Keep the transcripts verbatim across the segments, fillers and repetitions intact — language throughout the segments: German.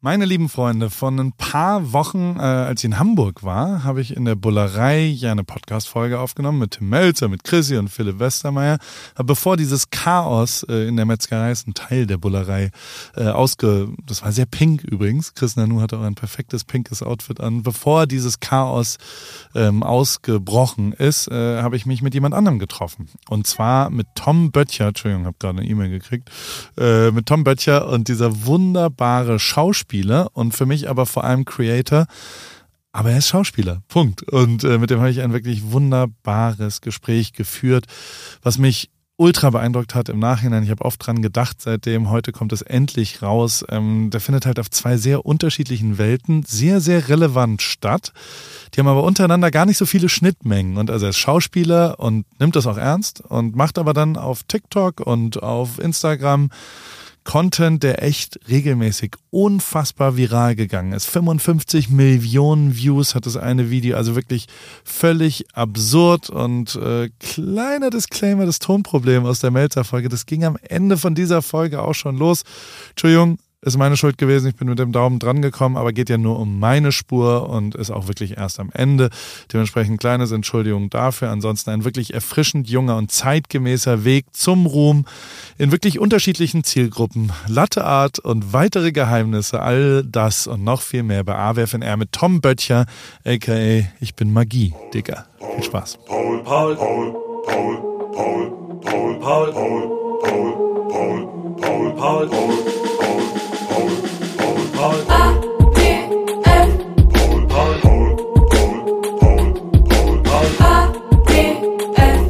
Meine lieben Freunde, vor ein paar Wochen, äh, als ich in Hamburg war, habe ich in der Bullerei ja eine Podcast-Folge aufgenommen mit Tim Melzer, mit Chrissy und Philipp Westermeier. Aber bevor dieses Chaos äh, in der Metzgerei, ist ein Teil der Bullerei, äh, ausge... Das war sehr pink übrigens. Chris Nanu hatte auch ein perfektes pinkes Outfit an. Bevor dieses Chaos ähm, ausgebrochen ist, äh, habe ich mich mit jemand anderem getroffen. Und zwar mit Tom Böttcher. Entschuldigung, ich habe gerade eine E-Mail gekriegt. Äh, mit Tom Böttcher und dieser wunderbare Schauspieler und für mich aber vor allem Creator, aber er ist Schauspieler, Punkt. Und äh, mit dem habe ich ein wirklich wunderbares Gespräch geführt, was mich ultra beeindruckt hat im Nachhinein. Ich habe oft dran gedacht seitdem, heute kommt es endlich raus. Ähm, der findet halt auf zwei sehr unterschiedlichen Welten sehr, sehr relevant statt. Die haben aber untereinander gar nicht so viele Schnittmengen. Und also er ist Schauspieler und nimmt das auch ernst und macht aber dann auf TikTok und auf Instagram Content, der echt regelmäßig unfassbar viral gegangen ist. fünfundfünfzig Millionen Views hat das eine Video, also wirklich völlig absurd. Und äh, kleiner Disclaimer, das Tonproblem aus der Melzer-Folge, das ging am Ende von dieser Folge auch schon los. Entschuldigung, ist meine Schuld gewesen, ich bin mit dem Daumen dran gekommen, aber geht ja nur um meine Spur und ist auch wirklich erst am Ende. Dementsprechend kleines Entschuldigung dafür. Ansonsten ein wirklich erfrischend junger und zeitgemäßer Weg zum Ruhm in wirklich unterschiedlichen Zielgruppen. Latte Art und weitere Geheimnisse, all das und noch viel mehr bei A W F N R mit Tom Böttcher, aka ich bin Magie, Digga. Viel Spaß. Paul, Paul, Paul, Paul, Paul, Paul, Paul, Paul, Paul, Paul, Paul, Paul, Paul. Paul, A W F Paul, Paul, Paul, Paul, Paul, Paul, A W F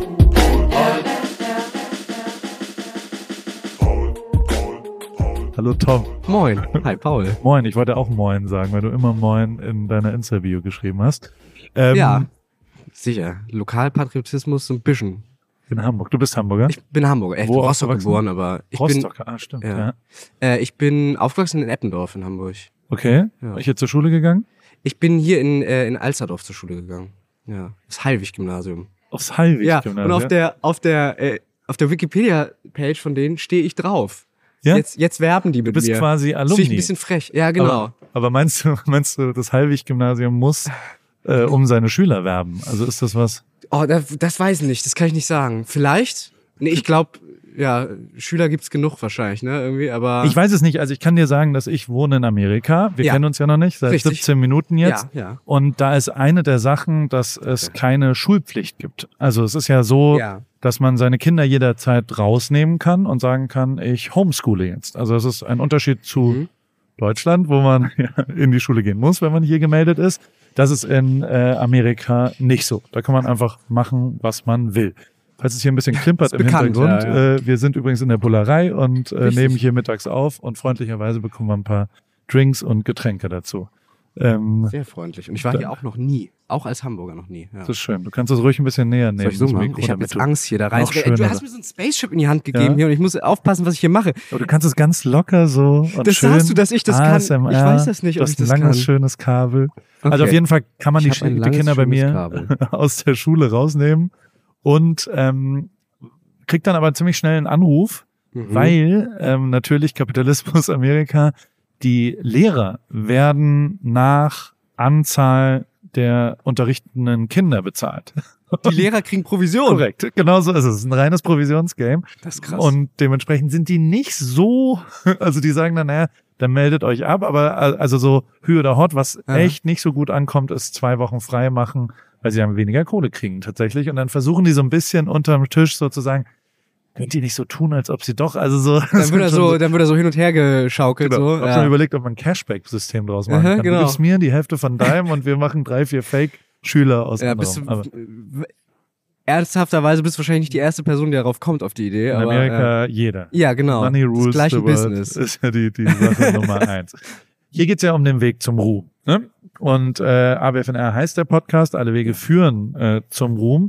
Paul, Paul, Paul. Hallo Tom. Moin. Hi Paul. Moin, ich wollte auch Moin sagen, weil du immer Moin in deiner Insta-Bio geschrieben hast. Ähm, ja, sicher. Lokalpatriotismus so ein bisschen. In Hamburg. Du bist Hamburger? Ich bin Hamburger. Ich bin Rostock geboren, aber ich Rostock, bin... ah stimmt. Ja. Ja. Äh, ich bin aufgewachsen in Eppendorf in Hamburg. Okay. Ja. Ich hier zur Schule gegangen? Ich bin hier in, äh, in Alsterdorf zur Schule gegangen. Ja. Das Hallwig-Gymnasium. Aufs Hallwig-Gymnasium? Ja, und auf der, auf der, äh, auf der Wikipedia-Page von denen stehe ich drauf. Ja? Jetzt, jetzt werben die mit mir. Du bist mir. quasi Das Alumni. finde ich ein bisschen frech. Ja, genau. Aber, aber meinst du, meinst du, das Hallwig-Gymnasium muss äh, um seine Schüler werben? Also ist das was? Oh, das, das weiß ich nicht. Das kann ich nicht sagen. Vielleicht? Nee, ich glaube, ja, Schüler gibt's genug wahrscheinlich, ne, irgendwie, aber... Ich weiß es nicht. Also ich kann dir sagen, dass ich wohne in Amerika. Wir Ja. kennen uns ja noch nicht, seit Richtig. siebzehn Minuten jetzt. Ja, ja. Und da ist eine der Sachen, dass es keine Schulpflicht gibt. Also es ist ja so, Ja. dass man seine Kinder jederzeit rausnehmen kann und sagen kann, ich homeschoole jetzt. Also es ist ein Unterschied zu Mhm. Deutschland, wo man in die Schule gehen muss, wenn man hier gemeldet ist. Das ist in äh, Amerika nicht so. Da kann man einfach machen, was man will. Falls es hier ein bisschen klimpert im bekannt, Hintergrund, ja, ja. Äh, wir sind übrigens in der Bullerei und äh, Richtig. nehmen hier mittags auf und freundlicherweise bekommen wir ein paar Drinks und Getränke dazu. Ähm, Sehr freundlich. Und ich war Da- hier auch noch nie. Auch als Hamburger noch nie. Ja. das ist schön. Du kannst es ruhig ein bisschen näher nehmen. Soll ich so das machen? Mikro, Ich habe damit jetzt du- Angst hier da rein. Noch Du schöner. hast mir so ein Spaceship in die Hand gegeben Ja. hier und ich muss aufpassen, was ich hier mache. Aber du kannst es ganz locker so und Das schön. sagst du, dass ich das kann. A S M R. Ich weiß das nicht, Du ob hast ich ein das langes, kann. schönes Kabel. Okay. Also auf jeden Fall kann man die, Ich hab ein die langes, Kinder bei schönes mir Kabel. aus der Schule rausnehmen und ähm, kriegt dann aber ziemlich schnell einen Anruf, Mhm. weil ähm, natürlich Kapitalismus Amerika, die Lehrer werden nach Anzahl der unterrichtenden Kinder bezahlt. Die Lehrer kriegen Provision. Korrekt, genau so ist es. Es ist ein reines Provisionsgame. Das ist krass. Und dementsprechend sind die nicht so, also die sagen dann, naja, dann meldet euch ab, aber also so Hü oder Hot, was Ja. echt nicht so gut ankommt, ist zwei Wochen frei machen, weil sie dann weniger Kohle kriegen tatsächlich. Und dann versuchen die so ein bisschen unterm Tisch sozusagen, könnt ihr nicht so tun, als ob sie doch, also so. dann wird er so, dann wird er so hin und her geschaukelt. Genau. So. Ich habe Ja. schon überlegt, ob man ein Cashback-System draus machen Aha, kann. genau. Du gibst mir die Hälfte von deinem und wir machen drei, vier Fake-Schüler aus Ja, anderem. bist Aber du, ernsthafterweise bist du wahrscheinlich nicht die erste Person, die darauf kommt, auf die Idee. in aber, Amerika jeder. Äh, ja, genau. Money rules das gleiche the world Business. ist ja die, die Sache Nummer eins. Hier geht's ja um den Weg zum Ruhm. Ne? Und äh, A W F N R heißt der Podcast, alle Wege führen äh, zum Ruhm.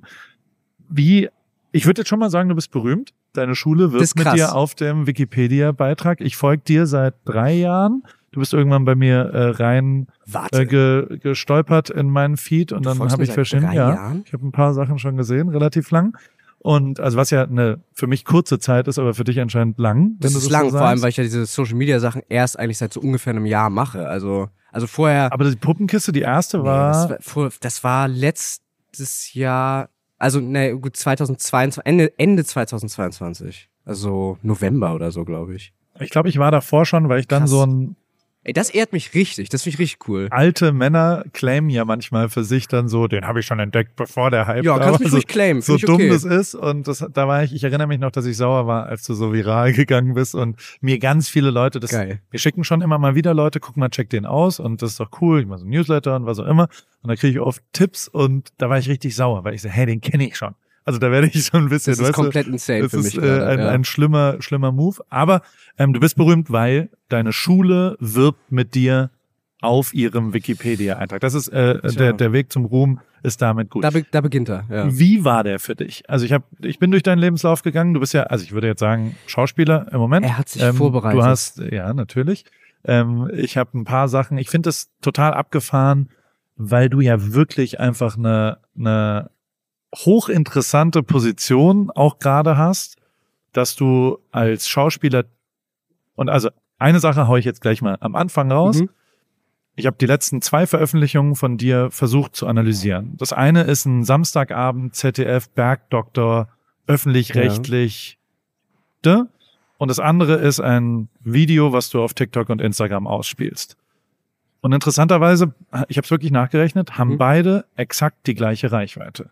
Wie, ich würde jetzt schon mal sagen, du bist berühmt. Deine Schule Das wirbt ist mit krass. dir auf dem Wikipedia-Beitrag. Ich folge dir seit drei Jahren. Du bist irgendwann bei mir äh, rein Warte. äh, ge, gestolpert in meinen Feed und Du dann folgst habe mir ich seit verschiedene. drei Ja, Jahren? ich habe ein paar Sachen schon gesehen, relativ lang. Und also was ja eine für mich kurze Zeit ist, aber für dich anscheinend lang. Das wenn ist du lang, so vor allem, sagst. weil ich ja diese Social-Media-Sachen erst eigentlich seit so ungefähr einem Jahr mache. Also, also vorher... Aber die Puppenkiste, die erste Nee, war... das war, vor, das war letztes Jahr, also ne, gut, zweitausendzweiundzwanzig, Ende, Ende zweitausendzweiundzwanzig. Also November oder so, glaube ich. Ich glaube, ich war davor schon, weil ich dann Krass. so ein... Ey, das ehrt mich richtig, das finde ich richtig cool. Alte Männer claimen ja manchmal für sich dann so, den habe ich schon entdeckt, bevor der Hype Ja, da kannst war. mich so, ruhig claimen, so find ich dumm okay. das ist. Und das, da war ich, ich erinnere mich noch, dass ich sauer war, als du so viral gegangen bist und mir ganz viele Leute, das, Geil. wir schicken schon immer mal wieder Leute, guck mal, check den aus und das ist doch cool. Ich mache so ein Newsletter und was auch immer. Und da kriege ich oft Tipps und da war ich richtig sauer, weil ich so, hey, den kenne ich schon. Also da werde ich schon ein bisschen, Das ist weißt komplett du, insane das für mich ist äh, gerade, ein, ja. ein schlimmer, schlimmer Move. Aber ähm, du bist berühmt, weil deine Schule wirbt mit dir auf ihrem Wikipedia-Eintrag. Das ist äh, der, der Weg zum Ruhm ist damit gut. Da, be da beginnt er, ja. Wie war der für dich? Also ich habe, ich bin durch deinen Lebenslauf gegangen. Du bist ja, also ich würde jetzt sagen Schauspieler im Moment. Er hat sich ähm, vorbereitet. Du hast, ja natürlich. Ähm, ich habe ein paar Sachen. Ich finde das total abgefahren, weil du ja wirklich einfach eine, eine hochinteressante Position auch gerade hast, dass du als Schauspieler und also eine Sache haue ich jetzt gleich mal am Anfang raus. Mhm. Ich habe die letzten zwei Veröffentlichungen von dir versucht zu analysieren. Das eine ist ein Samstagabend Z D F Bergdoktor öffentlich-rechtlich de, und das andere ist ein Video, was du auf TikTok und Instagram ausspielst. Und interessanterweise, ich habe es wirklich nachgerechnet, haben Mhm. beide exakt die gleiche Reichweite.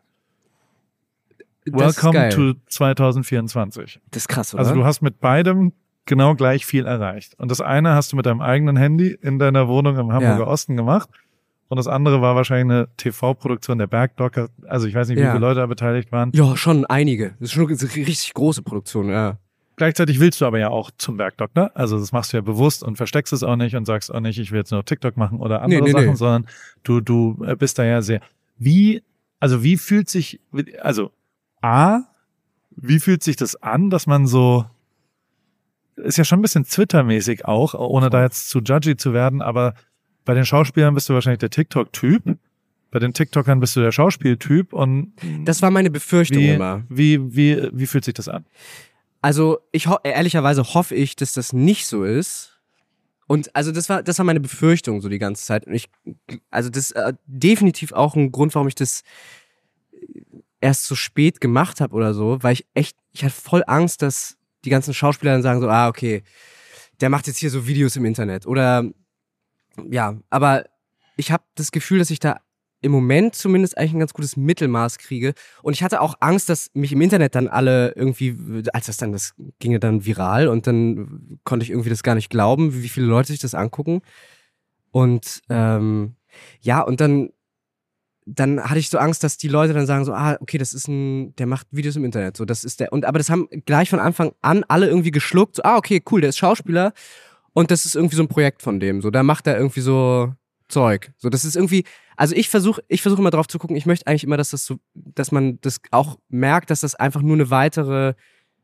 Das ist Welcome geil. to zwanzig vierundzwanzig. Das ist krass, oder? Also du hast mit beidem genau gleich viel erreicht. Und das eine hast du mit deinem eigenen Handy in deiner Wohnung im Hamburger Ja. Osten gemacht. Und das andere war wahrscheinlich eine T V-Produktion der Bergdocker. Also ich weiß nicht, wie Ja. viele Leute da beteiligt waren. Ja, schon einige. Das ist schon eine richtig große Produktion, ja. Gleichzeitig willst du aber ja auch zum Bergdoktor. Also das machst du ja bewusst und versteckst es auch nicht und sagst auch nicht, ich will jetzt nur TikTok machen oder andere Nee, nee, Sachen, nee. sondern du, du bist da ja sehr. Wie, also wie fühlt sich, also A, wie fühlt sich das an, dass man so, ist ja schon ein bisschen Twitter-mäßig auch, ohne da jetzt zu judgy zu werden, aber bei den Schauspielern bist du wahrscheinlich der TikTok-Typ, bei den TikTokern bist du der Schauspieltyp und Das war meine Befürchtung wie, immer. wie, wie, wie fühlt sich das an? Also ich ho ehrlicherweise hoffe ich, dass das nicht so ist. Und also das war das war meine Befürchtung so die ganze Zeit. Und ich also das ist äh, definitiv auch ein Grund, warum ich das erst so spät gemacht habe oder so, weil ich echt ich hatte voll Angst, dass die ganzen Schauspieler dann sagen so, ah okay, der macht jetzt hier so Videos im Internet oder ja, aber ich habe das Gefühl, dass ich da im Moment zumindest eigentlich ein ganz gutes Mittelmaß kriege. Und ich hatte auch Angst, dass mich im Internet dann alle irgendwie, als das dann, das ginge dann viral und dann konnte ich irgendwie das gar nicht glauben, wie viele Leute sich das angucken. Und ähm, ja, und dann dann hatte ich so Angst, dass die Leute dann sagen so, ah, okay, das ist ein, der macht Videos im Internet, so, das ist der, und aber das haben gleich von Anfang an alle irgendwie geschluckt, so, ah, okay, cool, der ist Schauspieler und das ist irgendwie so ein Projekt von dem, so, da macht er irgendwie so Zeug, so, das ist irgendwie, also ich versuche, ich versuche immer drauf zu gucken, ich möchte eigentlich immer, dass das so, dass man das auch merkt, dass das einfach nur eine weitere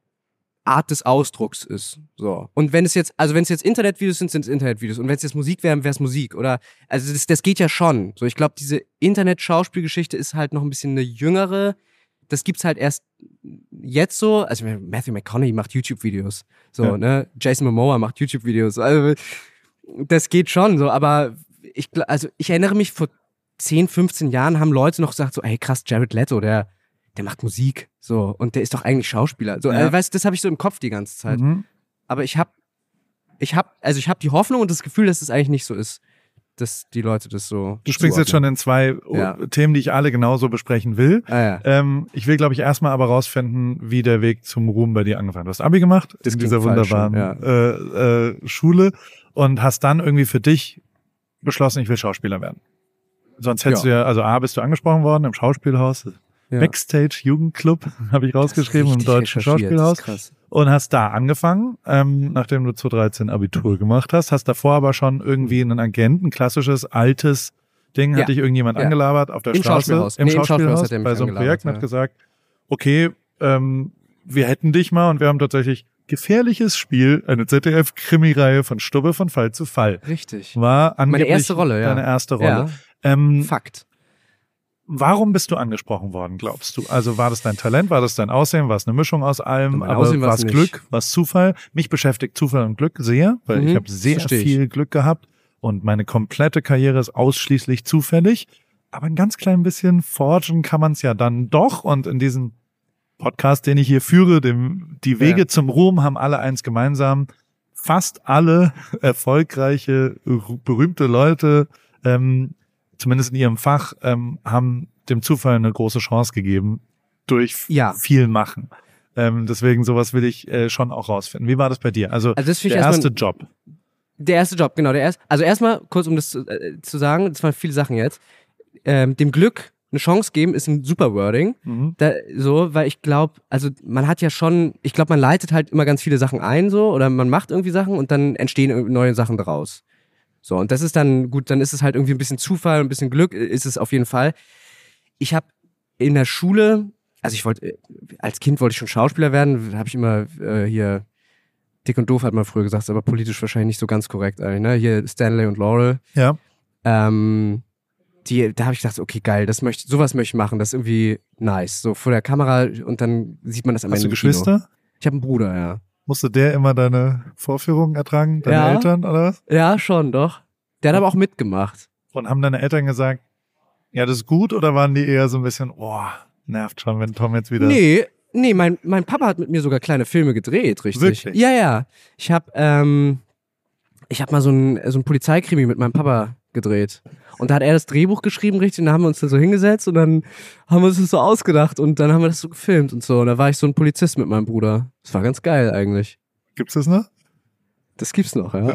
Art des Ausdrucks ist. So. Und wenn es jetzt, also wenn es jetzt Internetvideos sind, sind es Internetvideos. Und wenn es jetzt Musik wären, wäre es Musik. Oder, also das, das geht ja schon. So, ich glaube, diese Internet-Schauspielgeschichte ist halt noch ein bisschen eine jüngere. Das gibt's halt erst jetzt so. Also Matthew McConaughey macht YouTube-Videos. So, Ja. ne? Jason Momoa macht YouTube-Videos. Also, das geht schon so. Aber ich, gl- also ich erinnere mich, vor zehn, fünfzehn Jahren haben Leute noch gesagt so, ey krass, Jared Leto, der der macht Musik, so, und der ist doch eigentlich Schauspieler. So, Ja. äh, weißt du, das habe ich so im Kopf die ganze Zeit. Mhm. Aber ich habe ich habe also ich habe die Hoffnung und das Gefühl, dass es eigentlich nicht so ist, dass die Leute das so Du springst jetzt schon in zwei Ja. Themen, die ich alle genauso besprechen will. Ah, ja. Ähm, ich will, glaube ich, erstmal aber rausfinden, wie der Weg zum Ruhm bei dir angefangen hat. Du hast Abi gemacht Das in klingt dieser falsch, wunderbaren ja. äh, äh, Schule und hast dann irgendwie für dich beschlossen, ich will Schauspieler werden. Sonst hättest Ja. du ja, also A, bist du angesprochen worden im Schauspielhaus, Ja. Backstage Jugendclub, habe ich rausgeschrieben, im Richtig Deutschen recherchiert, Schauspielhaus. das ist krass. Und hast da angefangen, ähm, nachdem du zweitausenddreizehn Abitur gemacht hast, hast davor aber schon irgendwie einen Agenten, ein klassisches, altes Ding, Ja. hat dich irgendjemand Ja. angelabert auf der Im Straße, Schauspielhaus. im Nee, im Schauspielhaus, Schauspielhaus hat er mich bei so einem angelabert, Projekt und ja. hat gesagt, okay, ähm, wir hätten dich mal und wir haben tatsächlich Gefährliches Spiel, eine Z D F-Krimireihe von Stubbe von Fall zu Fall. Richtig. War angeblich erste Rolle, ja. deine erste Rolle. Ja. Ähm, Fakt. Warum bist du angesprochen worden, glaubst du? Also war das dein Talent, war das dein Aussehen, war es eine Mischung aus allem, Mein aber Aussehen war war's es nicht. Glück, war es Zufall? Mich beschäftigt Zufall und Glück sehr, weil Mhm, ich habe sehr versteh ich. viel Glück gehabt und meine komplette Karriere ist ausschließlich zufällig. Aber ein ganz klein bisschen forgen kann man es ja dann doch. Und in diesem Podcast, den ich hier führe, dem, die Wege Ja. zum Ruhm haben alle eins gemeinsam. Fast alle erfolgreiche, berühmte Leute, ähm, zumindest in ihrem Fach, ähm, haben dem Zufall eine große Chance gegeben durch f- Ja. viel Machen. Ähm, deswegen sowas will ich äh, schon auch rausfinden. Wie war das bei dir? Also, Also das finde der ich erstmal- erste Job. Der erste Job, genau. Der erste, also erstmal, kurz um das zu, äh, zu sagen, das waren viele Sachen jetzt. Ähm, dem Glück eine Chance geben ist ein super Wording. Mhm. Da, so, weil ich glaube, also man hat ja schon, ich glaube, man leitet halt immer ganz viele Sachen ein so oder man macht irgendwie Sachen und dann entstehen irgendwie neue Sachen daraus. So, und das ist dann gut, dann ist es halt irgendwie ein bisschen Zufall, ein bisschen Glück, ist es auf jeden Fall. Ich habe in der Schule, also ich wollte, als Kind wollte ich schon Schauspieler werden, habe ich immer äh, hier, dick und doof hat man früher gesagt, ist aber politisch wahrscheinlich nicht so ganz korrekt eigentlich, ne? Hier Stanley und Laurel. Ja. Ähm, die, da habe ich gedacht, okay, geil, das möchte, sowas möchte ich machen, das ist irgendwie nice. So vor der Kamera und dann sieht man das am Hast Ende du im Kino. Geschwister? Ich habe einen Bruder, ja. Musste der immer deine Vorführungen ertragen, deine Ja. Eltern oder was? Ja, schon, doch. Der hat aber auch mitgemacht. Und haben deine Eltern gesagt, ja, das ist gut, oder waren die eher so ein bisschen, oh, nervt schon, wenn Tom jetzt wieder... Nee, nee, mein, mein Papa hat mit mir sogar kleine Filme gedreht, richtig. Wirklich? Ja, ja. Ich habe ähm, ich hab mal so ein, so ein Polizeikrimi mit meinem Papa gedreht. Und da hat er das Drehbuch geschrieben, richtig, und da haben wir uns da so hingesetzt und dann haben wir uns das so ausgedacht und dann haben wir das so gefilmt und so. Und da war ich so ein Polizist mit meinem Bruder. Das war ganz geil eigentlich. Gibt's das noch? Das gibt's noch, ja.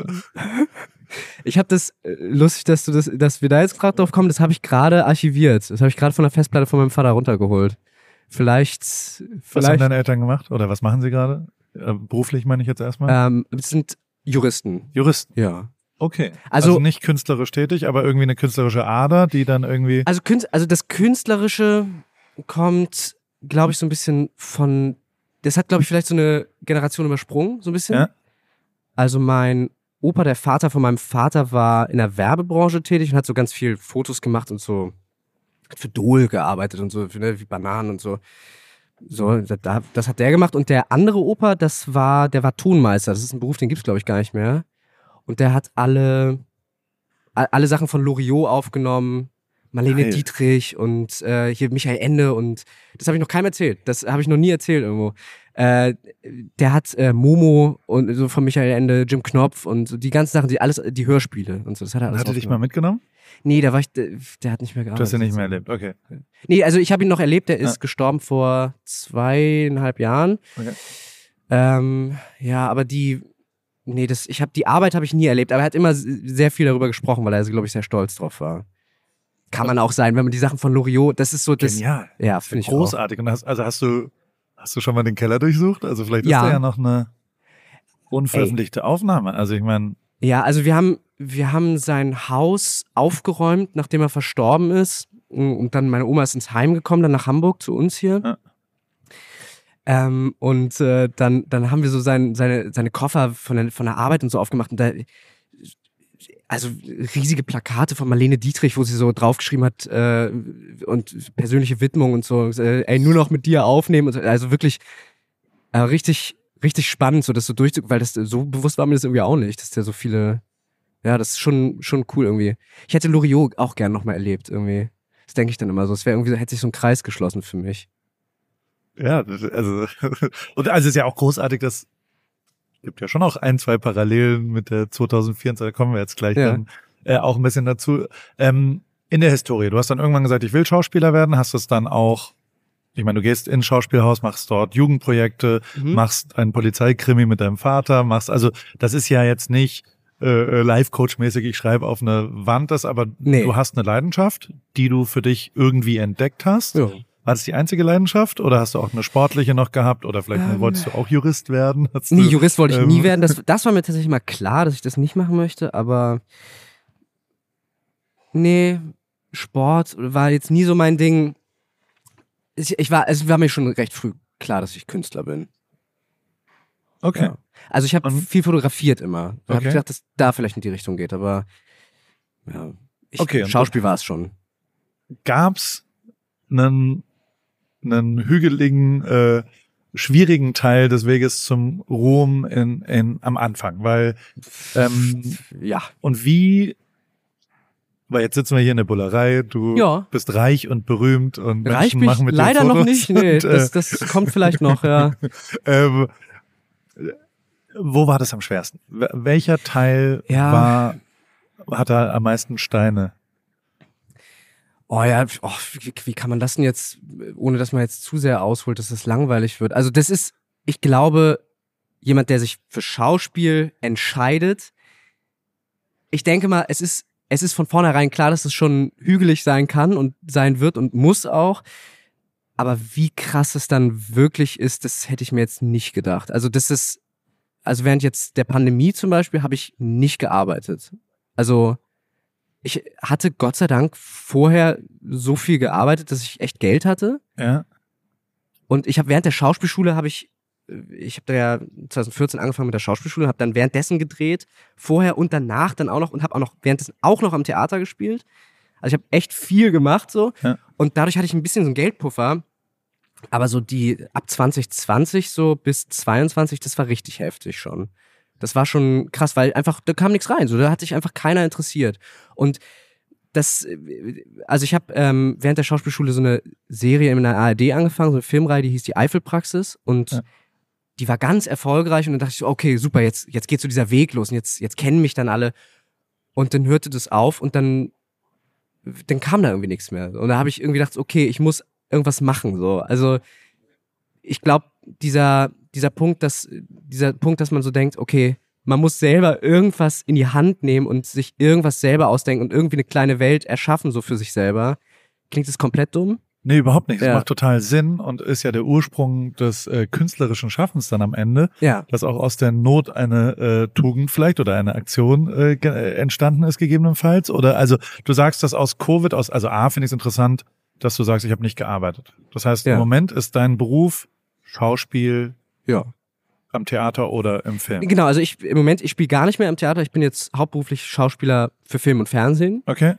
Ich habe das, äh, lustig, dass du das, dass wir da jetzt gerade drauf kommen, das habe ich gerade archiviert. Das habe ich gerade von der Festplatte von meinem Vater runtergeholt. Vielleicht, Was haben vielleicht, deine Eltern gemacht? Oder was machen sie gerade? Äh, beruflich meine ich jetzt erstmal. ähm, es sind Juristen. Juristen. Ja. Okay. Also, Also- nicht künstlerisch tätig, aber irgendwie eine künstlerische Ader, die dann irgendwie... Also, Künst, also das Künstlerische kommt, glaube ich, so ein bisschen von, das hat, glaube ich, vielleicht so eine Generation übersprungen, so ein bisschen. Ja. Also mein Opa, der Vater von meinem Vater, war in der Werbebranche tätig und hat so ganz viel Fotos gemacht und so, hat für Dole gearbeitet und so, ne, wie Bananen und so. So, da, das hat der gemacht. Und der andere Opa, das war, der war Tonmeister. Das ist ein Beruf, den gibt's, glaube ich, gar nicht mehr. Und der hat alle, a- alle Sachen von Loriot aufgenommen, Marlene Geil. Dietrich und äh, hier Michael Ende und das habe ich noch keinem erzählt. Das habe ich noch nie erzählt irgendwo. Äh, der hat äh, Momo und so von Michael Ende, Jim Knopf und so die ganzen Sachen, die alles, die Hörspiele und so. Das hat er alles Hat er dich mal aufgenommen. mitgenommen? Nee, da war ich, der, der hat nicht mehr Du gearbeitet. hast ihn nicht mehr erlebt, okay. Nee, also ich habe ihn noch erlebt, der ist Ja. gestorben vor zweieinhalb Jahren. Okay. Ähm, ja, aber die, nee, das, ich habe die Arbeit habe ich nie erlebt, aber er hat immer s- sehr viel darüber gesprochen, weil er, glaube ich, sehr stolz drauf war. Kann man auch sein, wenn man die Sachen von Loriot, das ist so das. Genial. Ja, finde ich auch. Großartig. Und hast, also hast du, hast du schon mal den Keller durchsucht? Also vielleicht Ja. ist da ja noch eine unveröffentlichte Aufnahme. Also ich meine, Ja, also wir haben, wir haben sein Haus aufgeräumt, nachdem er verstorben ist. Und dann meine Oma ist ins Heim gekommen, dann nach Hamburg zu uns hier. Ja. Ähm, und äh, dann, dann haben wir so sein, seine, seine Koffer von der, von der Arbeit und so aufgemacht. Und da, also riesige Plakate von Marlene Dietrich, wo sie so draufgeschrieben hat äh, und persönliche Widmung und so. Äh, ey, nur noch mit dir aufnehmen. Und so. Also wirklich äh, richtig, richtig spannend, so das so durchzu, weil das so bewusst war mir das irgendwie auch nicht, dass der so viele. Ja, das ist schon, schon cool irgendwie. Ich hätte Loriot auch gern nochmal erlebt irgendwie. Das denke ich dann immer so. Es wäre irgendwie, hätte sich so ein Kreis geschlossen für mich. ja, das- also, und also es ist ja auch großartig, dass gibt ja schon auch ein, zwei Parallelen mit der zweitausendvierundzwanzig, da kommen wir jetzt gleich Ja. dann äh, auch ein bisschen dazu. Ähm, in der Historie, du hast dann irgendwann gesagt, ich will Schauspieler werden, hast es dann auch, ich meine, du gehst in ein Schauspielhaus, machst dort Jugendprojekte, Mhm. machst einen Polizeikrimi mit deinem Vater, machst, also das ist ja jetzt nicht äh, Life-Coach-mäßig, ich schreibe auf eine Wand das, aber Nee. du hast eine Leidenschaft, die du für dich irgendwie entdeckt hast. Ja. War das die einzige Leidenschaft oder hast du auch eine sportliche noch gehabt oder vielleicht Ähm. wolltest du auch Jurist werden? Hast du, Nee, Jurist wollte ich ähm, nie werden. Das, das war mir tatsächlich mal klar, dass ich das nicht machen möchte, aber nee, Sport war jetzt nie so mein Ding. Ich, ich war, es war mir schon recht früh klar, dass ich Künstler bin. Okay. Ja. Also ich habe Und- viel fotografiert immer. Da habe Okay. ich gedacht, dass da vielleicht in die Richtung geht, aber ja, ich, Okay, und Schauspiel war es schon. Gab's einen, einen hügeligen, äh, schwierigen Teil des Weges zum Ruhm in, in, am Anfang, weil ähm, Ja. und wie, weil jetzt sitzen wir hier in der Bullerei, du Ja. bist reich und berühmt und Reich Menschen bin ich machen mit dir leider Fotos noch nicht. Nee, und, äh, das, das kommt vielleicht noch, ja. ähm, wo war das am schwersten? Wel- Welcher Teil Ja. war, hat da am meisten Steine? Oh ja, oh, wie, wie kann man das denn jetzt, ohne dass man jetzt zu sehr ausholt, dass es langweilig wird? Also das ist, ich glaube, jemand, der sich für Schauspiel entscheidet, ich denke mal, es ist, es ist von vornherein klar, dass es schon hügelig sein kann und sein wird und muss auch. Aber wie krass es dann wirklich ist, das hätte ich mir jetzt nicht gedacht. Also das ist, also während jetzt der Pandemie zum Beispiel habe ich nicht gearbeitet. Also ich hatte Gott sei Dank vorher so viel gearbeitet, dass ich echt Geld hatte. Ja. Und ich habe während der Schauspielschule habe ich, ich habe da ja zwanzig vierzehn angefangen mit der Schauspielschule, habe dann währenddessen gedreht, vorher und danach dann auch noch und habe auch noch währenddessen auch noch am Theater gespielt. Also ich habe echt viel gemacht so Ja. und dadurch hatte ich ein bisschen so einen Geldpuffer. Aber so die ab zwanzig zwanzig so bis zweiundzwanzig, das war richtig heftig schon. Das war schon krass, weil einfach, da kam nichts rein. So, da hat sich einfach keiner interessiert. Und das, also ich habe ähm, während der Schauspielschule so eine Serie in der A R D angefangen, so eine Filmreihe, die hieß die Eifelpraxis. Und Ja. die war ganz erfolgreich. Und dann dachte ich so, okay, super, jetzt, jetzt geht so dieser Weg los. Und jetzt, jetzt kennen mich dann alle. Und dann hörte das auf und dann, dann kam da irgendwie nichts mehr. Und da habe ich irgendwie gedacht, okay, ich muss irgendwas machen. So. Also ich glaube, dieser, dieser Punkt, dass, dieser Punkt, dass man so denkt, okay, man muss selber irgendwas in die Hand nehmen und sich irgendwas selber ausdenken und irgendwie eine kleine Welt erschaffen, so für sich selber. Klingt das komplett dumm? Nee, überhaupt nicht. Das Ja. macht total Sinn und ist ja der Ursprung des äh, künstlerischen Schaffens dann am Ende, Ja. dass auch aus der Not eine äh, Tugend vielleicht oder eine Aktion äh, ge- äh, entstanden ist gegebenenfalls. Oder also du sagst, dass aus Covid, aus also A, finde ich es interessant, dass du sagst, ich habe nicht gearbeitet. Das heißt, Ja. im Moment ist dein Beruf Schauspiel Ja. am Theater oder im Film. Genau, also ich im Moment, ich spiele gar nicht mehr im Theater, ich bin jetzt hauptberuflich Schauspieler für Film und Fernsehen. Okay.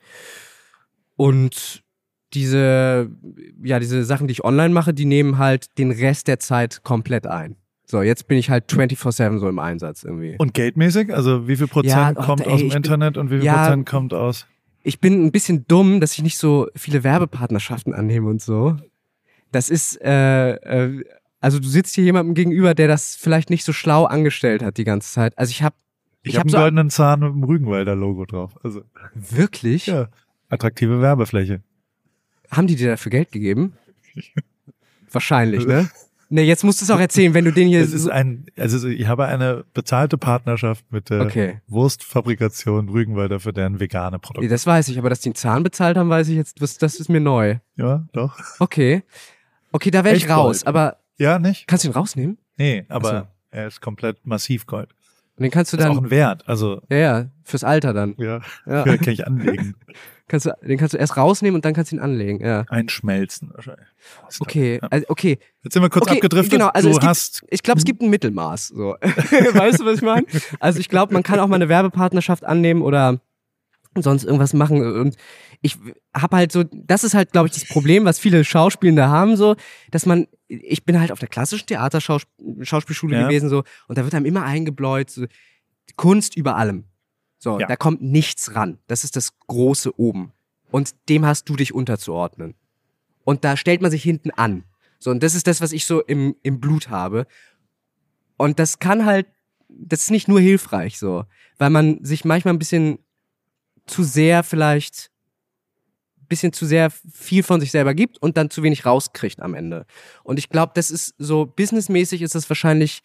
Und diese, ja, diese Sachen, die ich online mache, die nehmen halt den Rest der Zeit komplett ein. So, jetzt bin ich halt vierundzwanzig sieben so im Einsatz irgendwie. Und geldmäßig? Also wie viel Prozent Ja, oh, kommt ey, aus dem ich bin- Internet und wie viel ja, Prozent kommt aus? Ich bin ein bisschen dumm, dass ich nicht so viele Werbepartnerschaften annehme und so. Das ist, äh, äh, also du sitzt hier jemandem gegenüber, der das vielleicht nicht so schlau angestellt hat die ganze Zeit. Also ich habe Ich, Ich habe hab einen so- goldenen Zahn mit dem Rügenwalder Logo drauf. Also wirklich, ja, attraktive Werbefläche. haben die dir dafür Geld gegeben? Wahrscheinlich, ne? Ne, jetzt musst du es auch erzählen, wenn du den hier... Es ist ein, also ich habe eine bezahlte Partnerschaft mit der Okay. Wurstfabrikation Rügenwalder für deren vegane Nee, Produkte. das weiß ich, aber dass die einen Zahn bezahlt haben, weiß ich jetzt, das, das ist mir neu. Ja, doch. Okay. Okay, da wäre ich Echt raus, Gold. aber Ja, nicht? kannst du ihn rausnehmen? Nee, aber Ach so. er ist komplett massiv Gold. Und den kannst du Das ist auch dann, ein Wert, also ja, ja, fürs Alter dann. ja, Ja. kann ich anlegen. Kannst du, den kannst du erst rausnehmen und dann kannst du ihn anlegen, ja. Einschmelzen wahrscheinlich. Das ist Okay, doch- ja. also, okay. Jetzt sind wir kurz Okay, abgedriftet. genau, also du es gibt- hast Ich glaube, es gibt ein Mittelmaß, so. Weißt du, was ich meine? Also ich glaube, man kann auch mal eine Werbepartnerschaft annehmen oder sonst irgendwas machen und ich habe halt so, das ist halt, glaube ich, das Problem, was viele Schauspielende haben, so, dass man, ich bin halt auf der klassischen Theaterschauspielschule Ja. gewesen, so, und da wird einem immer eingebläut, so, Kunst über allem. So, Ja. da kommt nichts ran. Das ist das große Oben. Und dem hast du dich unterzuordnen. Und da stellt man sich hinten an. So, und das ist das, was ich so im, im Blut habe. Und das kann halt, das ist nicht nur hilfreich so, weil man sich manchmal ein bisschen zu sehr vielleicht, ein bisschen zu sehr viel von sich selber gibt und dann zu wenig rauskriegt am Ende. Und ich glaube, das ist so, businessmäßig ist das wahrscheinlich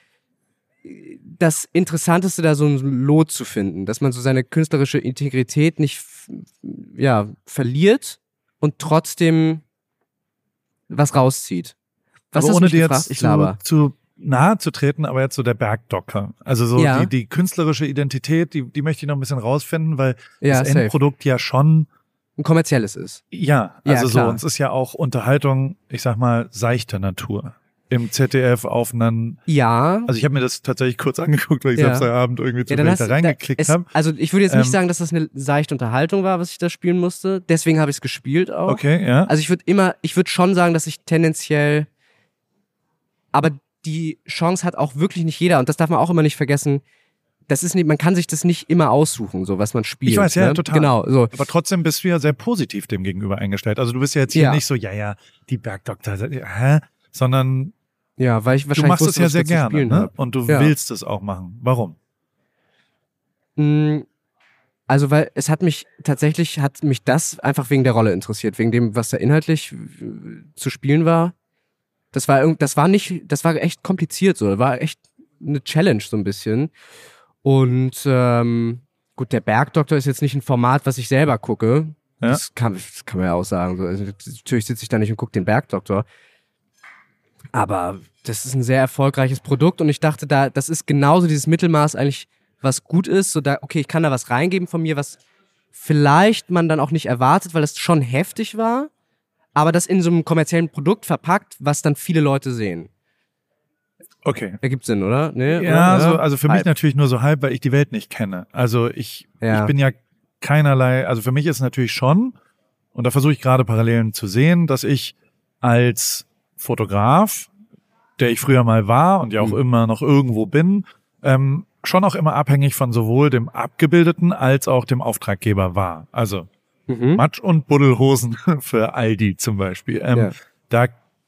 das Interessanteste, da so ein Lot zu finden, dass man so seine künstlerische Integrität nicht, f- ja, verliert und trotzdem was rauszieht. Was aber hast du ohne mich dir gefragt? jetzt Ich zu, laber. zu nahe zu treten, aber jetzt so der Bergdocker. Also so Ja. die, die künstlerische Identität, die, die möchte ich noch ein bisschen rausfinden, weil Ja, das safe. Endprodukt ja schon, Ein kommerzielles ist. ja, Ja, also so, klar. und es ist ja auch Unterhaltung, ich sag mal, seichter Natur. im Z D F auf einen... Ja. Also ich habe mir das tatsächlich kurz angeguckt, weil ich Ja. Samstagabend irgendwie Ja, zufällig dann hast, da reingeklickt da, habe. es, also ich würde jetzt nicht Ähm, sagen, dass das eine seichte Unterhaltung war, was ich da spielen musste. Deswegen habe ich es gespielt auch. Okay, ja. Also ich würde immer, ich würde schon sagen, dass ich tendenziell, aber die Chance hat auch wirklich nicht jeder und das darf man auch immer nicht vergessen. Das ist nicht, man kann sich das nicht immer aussuchen, so was man spielt. Ich weiß, ja, ne? total. Genau, so. Aber trotzdem bist du ja sehr positiv dem gegenüber eingestellt. Also du bist ja jetzt hier Ja. nicht so, ja, ja, die Bergdoktor, hä? Sondern Ja, weil ich du wahrscheinlich machst es wusste, ja was sehr ich zu gerne, spielen ne? hab. Und du Ja. willst es auch machen. Warum? Mm, Also, weil es hat mich tatsächlich, hat mich das einfach wegen der Rolle interessiert, wegen dem, was da inhaltlich äh, zu spielen war. Das war irgend, das war nicht, das war echt kompliziert so, das war echt eine Challenge so ein bisschen. Und ähm, gut, der Bergdoktor ist jetzt nicht ein Format, was ich selber gucke. Ja. Das, kann, das kann man ja auch sagen. So, also, natürlich sitze ich da nicht und gucke den Bergdoktor. Aber das ist ein sehr erfolgreiches Produkt und ich dachte, da, das ist genauso dieses Mittelmaß eigentlich, was gut ist. So da, okay, ich kann da was reingeben von mir, was vielleicht man dann auch nicht erwartet, weil es schon heftig war, aber das in so einem kommerziellen Produkt verpackt, was dann viele Leute sehen. Okay. Ergibt Sinn, oder? Nee, Ja, oder? so, also für mich Halb. natürlich nur so halb, weil ich die Welt nicht kenne. Also ich, Ja. ich bin ja keinerlei, also für mich ist es natürlich schon, und da versuche ich gerade Parallelen zu sehen, dass ich als Fotograf, der ich früher mal war und ja auch Mhm. immer noch irgendwo bin, ähm, schon auch immer abhängig von sowohl dem Abgebildeten als auch dem Auftraggeber war. Also Mhm. Matsch- und Buddelhosen für Aldi zum Beispiel. Ähm, Ja. Da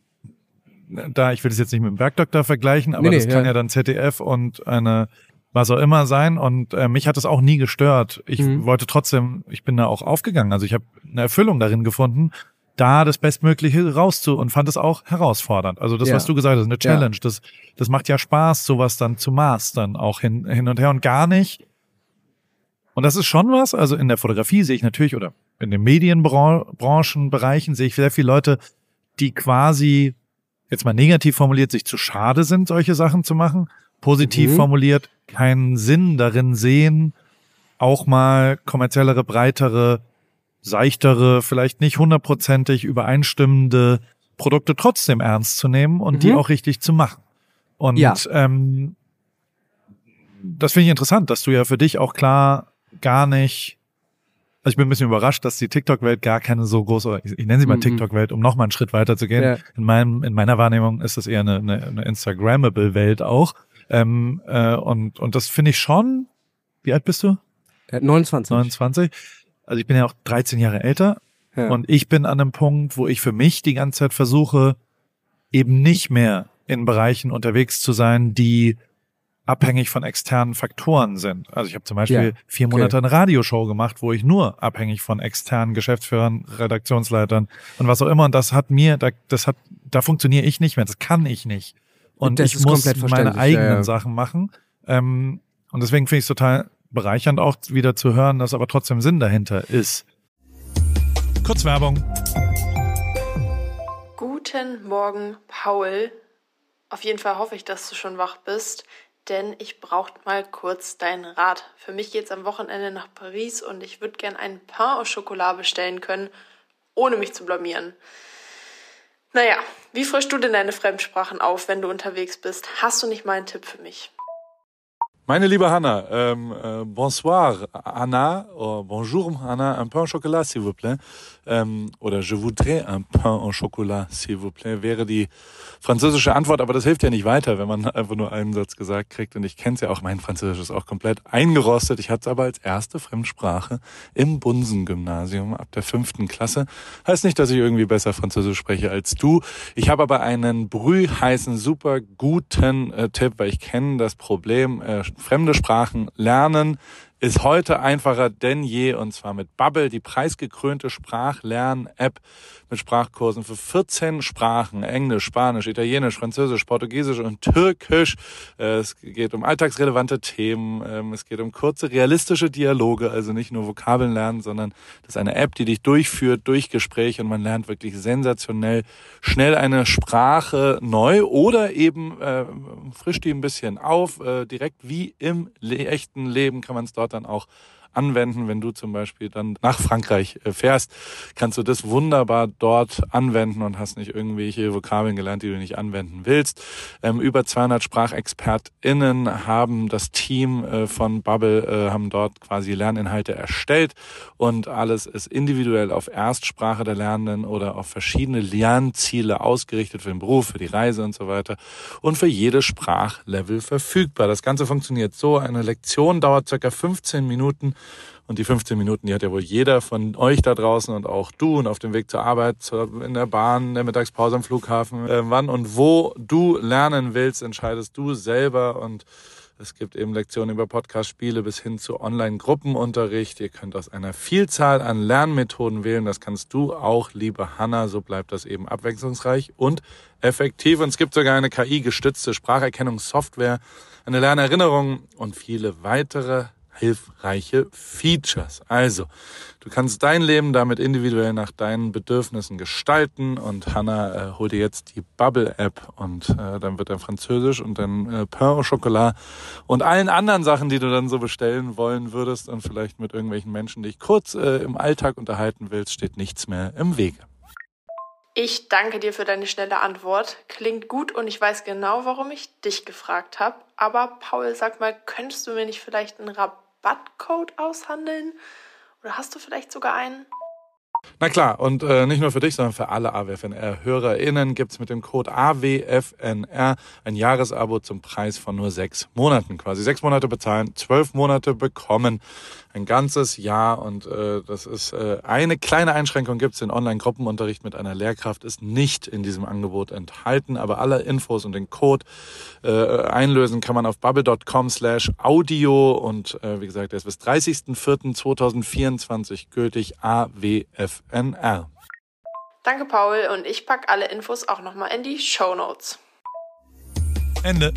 da, ich will das jetzt nicht mit dem Bergdoktor vergleichen, aber Nee, das nee, kann ja. ja dann Z D F und eine was auch immer sein und äh, mich hat es auch nie gestört. Ich Mhm. wollte trotzdem, ich bin da auch aufgegangen, also ich habe eine Erfüllung darin gefunden, da das Bestmögliche rauszu und fand es auch herausfordernd. Also das, Ja. was du gesagt hast, eine Ja. Challenge, das das macht ja Spaß, sowas dann zu mastern, auch hin, hin und her und gar nicht. Und das ist schon was, also in der Fotografie sehe ich natürlich oder in den Medienbranchenbereichen sehe ich sehr viele Leute, die quasi jetzt mal negativ formuliert, sich zu schade sind, solche Sachen zu machen. Positiv Mhm. formuliert, keinen Sinn darin sehen, auch mal kommerziellere, breitere, seichtere, vielleicht nicht hundertprozentig übereinstimmende Produkte trotzdem ernst zu nehmen und Mhm. die auch richtig zu machen. Und Ja. ähm, das finde ich interessant, dass du ja für dich auch klar gar nicht, also ich bin ein bisschen überrascht, dass die TikTok-Welt gar keine so große, ich, ich nenne sie mal Mhm. TikTok-Welt, um noch mal einen Schritt weiter zu gehen. Ja. In meinem, in meiner Wahrnehmung ist das eher eine, eine, eine Instagrammable-Welt auch. Ähm, äh, und, und das finde ich schon, wie alt bist du? Äh, neunundzwanzig. neunundzwanzig. Also ich bin ja auch dreizehn Jahre älter. Ja. Und ich bin an einem Punkt, wo ich für mich die ganze Zeit versuche, eben nicht mehr in Bereichen unterwegs zu sein, die abhängig von externen Faktoren sind. Also ich habe zum Beispiel Ja, vier okay. Monate eine Radioshow gemacht, wo ich nur abhängig von externen Geschäftsführern, Redaktionsleitern und was auch immer. Und das hat mir, da, das hat, da funktioniere ich nicht mehr. Das kann ich nicht. Und Das ich ist muss komplett meine verständlich, eigenen ja, ja. Sachen machen. Ähm, und deswegen finde ich es total bereichernd auch wieder zu hören, dass aber trotzdem Sinn dahinter ist. Kurz Werbung. Guten Morgen, Paul. Auf jeden Fall hoffe ich, dass du schon wach bist, denn ich brauche mal kurz deinen Rat. Für mich geht's am Wochenende nach Paris und ich würde gern einen Pain au Chocolat bestellen können, ohne mich zu blamieren. Naja, wie frischst du denn deine Fremdsprachen auf, wenn du unterwegs bist? Hast du nicht mal einen Tipp für mich? Meine liebe Hanna, ähm, äh, bonsoir Anna, oh, bonjour Anna, un pain au chocolat s'il vous plaît, ähm, oder je voudrais un pain au chocolat s'il vous plaît, wäre die französische Antwort, aber das hilft ja nicht weiter, wenn man einfach nur einen Satz gesagt kriegt und ich kenne es ja auch, mein Französisch ist auch komplett eingerostet, ich hatte es aber als erste Fremdsprache im Bunsen-Gymnasium ab der fünften Klasse, heißt nicht, dass ich irgendwie besser Französisch spreche als du, ich habe aber einen brühheißen, super guten äh, Tipp, weil ich kenne das Problem, äh, fremde Sprachen lernen ist heute einfacher denn je und zwar mit Babbel, die preisgekrönte Sprachlern-App mit Sprachkursen für vierzehn Sprachen, Englisch, Spanisch, Italienisch, Französisch, Portugiesisch und Türkisch. Es geht um alltagsrelevante Themen, es geht um kurze, realistische Dialoge, also nicht nur Vokabeln lernen, sondern das ist eine App, die dich durchführt durch Gespräche und man lernt wirklich sensationell schnell eine Sprache neu oder eben äh, frischt die ein bisschen auf, äh, direkt wie im le- echten Leben kann man es dort dann auch anwenden. Wenn du zum Beispiel dann nach Frankreich äh, fährst, kannst du das wunderbar dort anwenden und hast nicht irgendwelche Vokabeln gelernt, die du nicht anwenden willst. Ähm, über zweihundert SprachexpertInnen haben das Team äh, von Bubble, äh, haben dort quasi Lerninhalte erstellt und alles ist individuell auf Erstsprache der Lernenden oder auf verschiedene Lernziele ausgerichtet für den Beruf, für die Reise und so weiter und für jedes Sprachlevel verfügbar. Das Ganze funktioniert so, eine Lektion dauert circa fünfzehn Minuten und die fünfzehn Minuten, die hat ja wohl jeder von euch da draußen und auch du und auf dem Weg zur Arbeit, in der Bahn, in der Mittagspause am Flughafen. Äh, wann und wo du lernen willst, entscheidest du selber und es gibt eben Lektionen über Podcast-Spiele bis hin zu Online-Gruppenunterricht. Ihr könnt aus einer Vielzahl an Lernmethoden wählen. Das kannst du auch, liebe Hanna. So bleibt das eben abwechslungsreich und effektiv. Und es gibt sogar eine K I-gestützte Spracherkennungssoftware, eine Lernerinnerung und viele weitere hilfreiche Features. Also, du kannst dein Leben damit individuell nach deinen Bedürfnissen gestalten und Hanna äh, hol dir jetzt die Bubble-App und äh, dann wird dann Französisch und dann äh, Pain au Chocolat und allen anderen Sachen, die du dann so bestellen wollen würdest und vielleicht mit irgendwelchen Menschen dich kurz äh, im Alltag unterhalten willst, steht nichts mehr im Wege. Ich danke dir für deine schnelle Antwort. Klingt gut und ich weiß genau, warum ich dich gefragt habe. Aber Paul, sag mal, könntest du mir nicht vielleicht einen Rabattcode aushandeln? Oder hast du vielleicht sogar einen? Na klar, und äh, nicht nur für dich, sondern für alle A W F N R-HörerInnen gibt's mit dem Code A W F N R ein Jahresabo zum Preis von nur sechs Monaten quasi. Sechs Monate bezahlen, zwölf Monate bekommen, ein ganzes Jahr und äh, das ist äh, eine kleine Einschränkung gibt's. Den Online-Gruppenunterricht mit einer Lehrkraft ist nicht in diesem Angebot enthalten, aber alle Infos und den Code äh, einlösen kann man auf bubble.com slash audio und äh, wie gesagt, der ist bis dreißigsten vierten zweitausendvierundzwanzig gültig. A W F N R. Danke, Paul, und ich packe alle Infos auch nochmal in die Shownotes. Ende.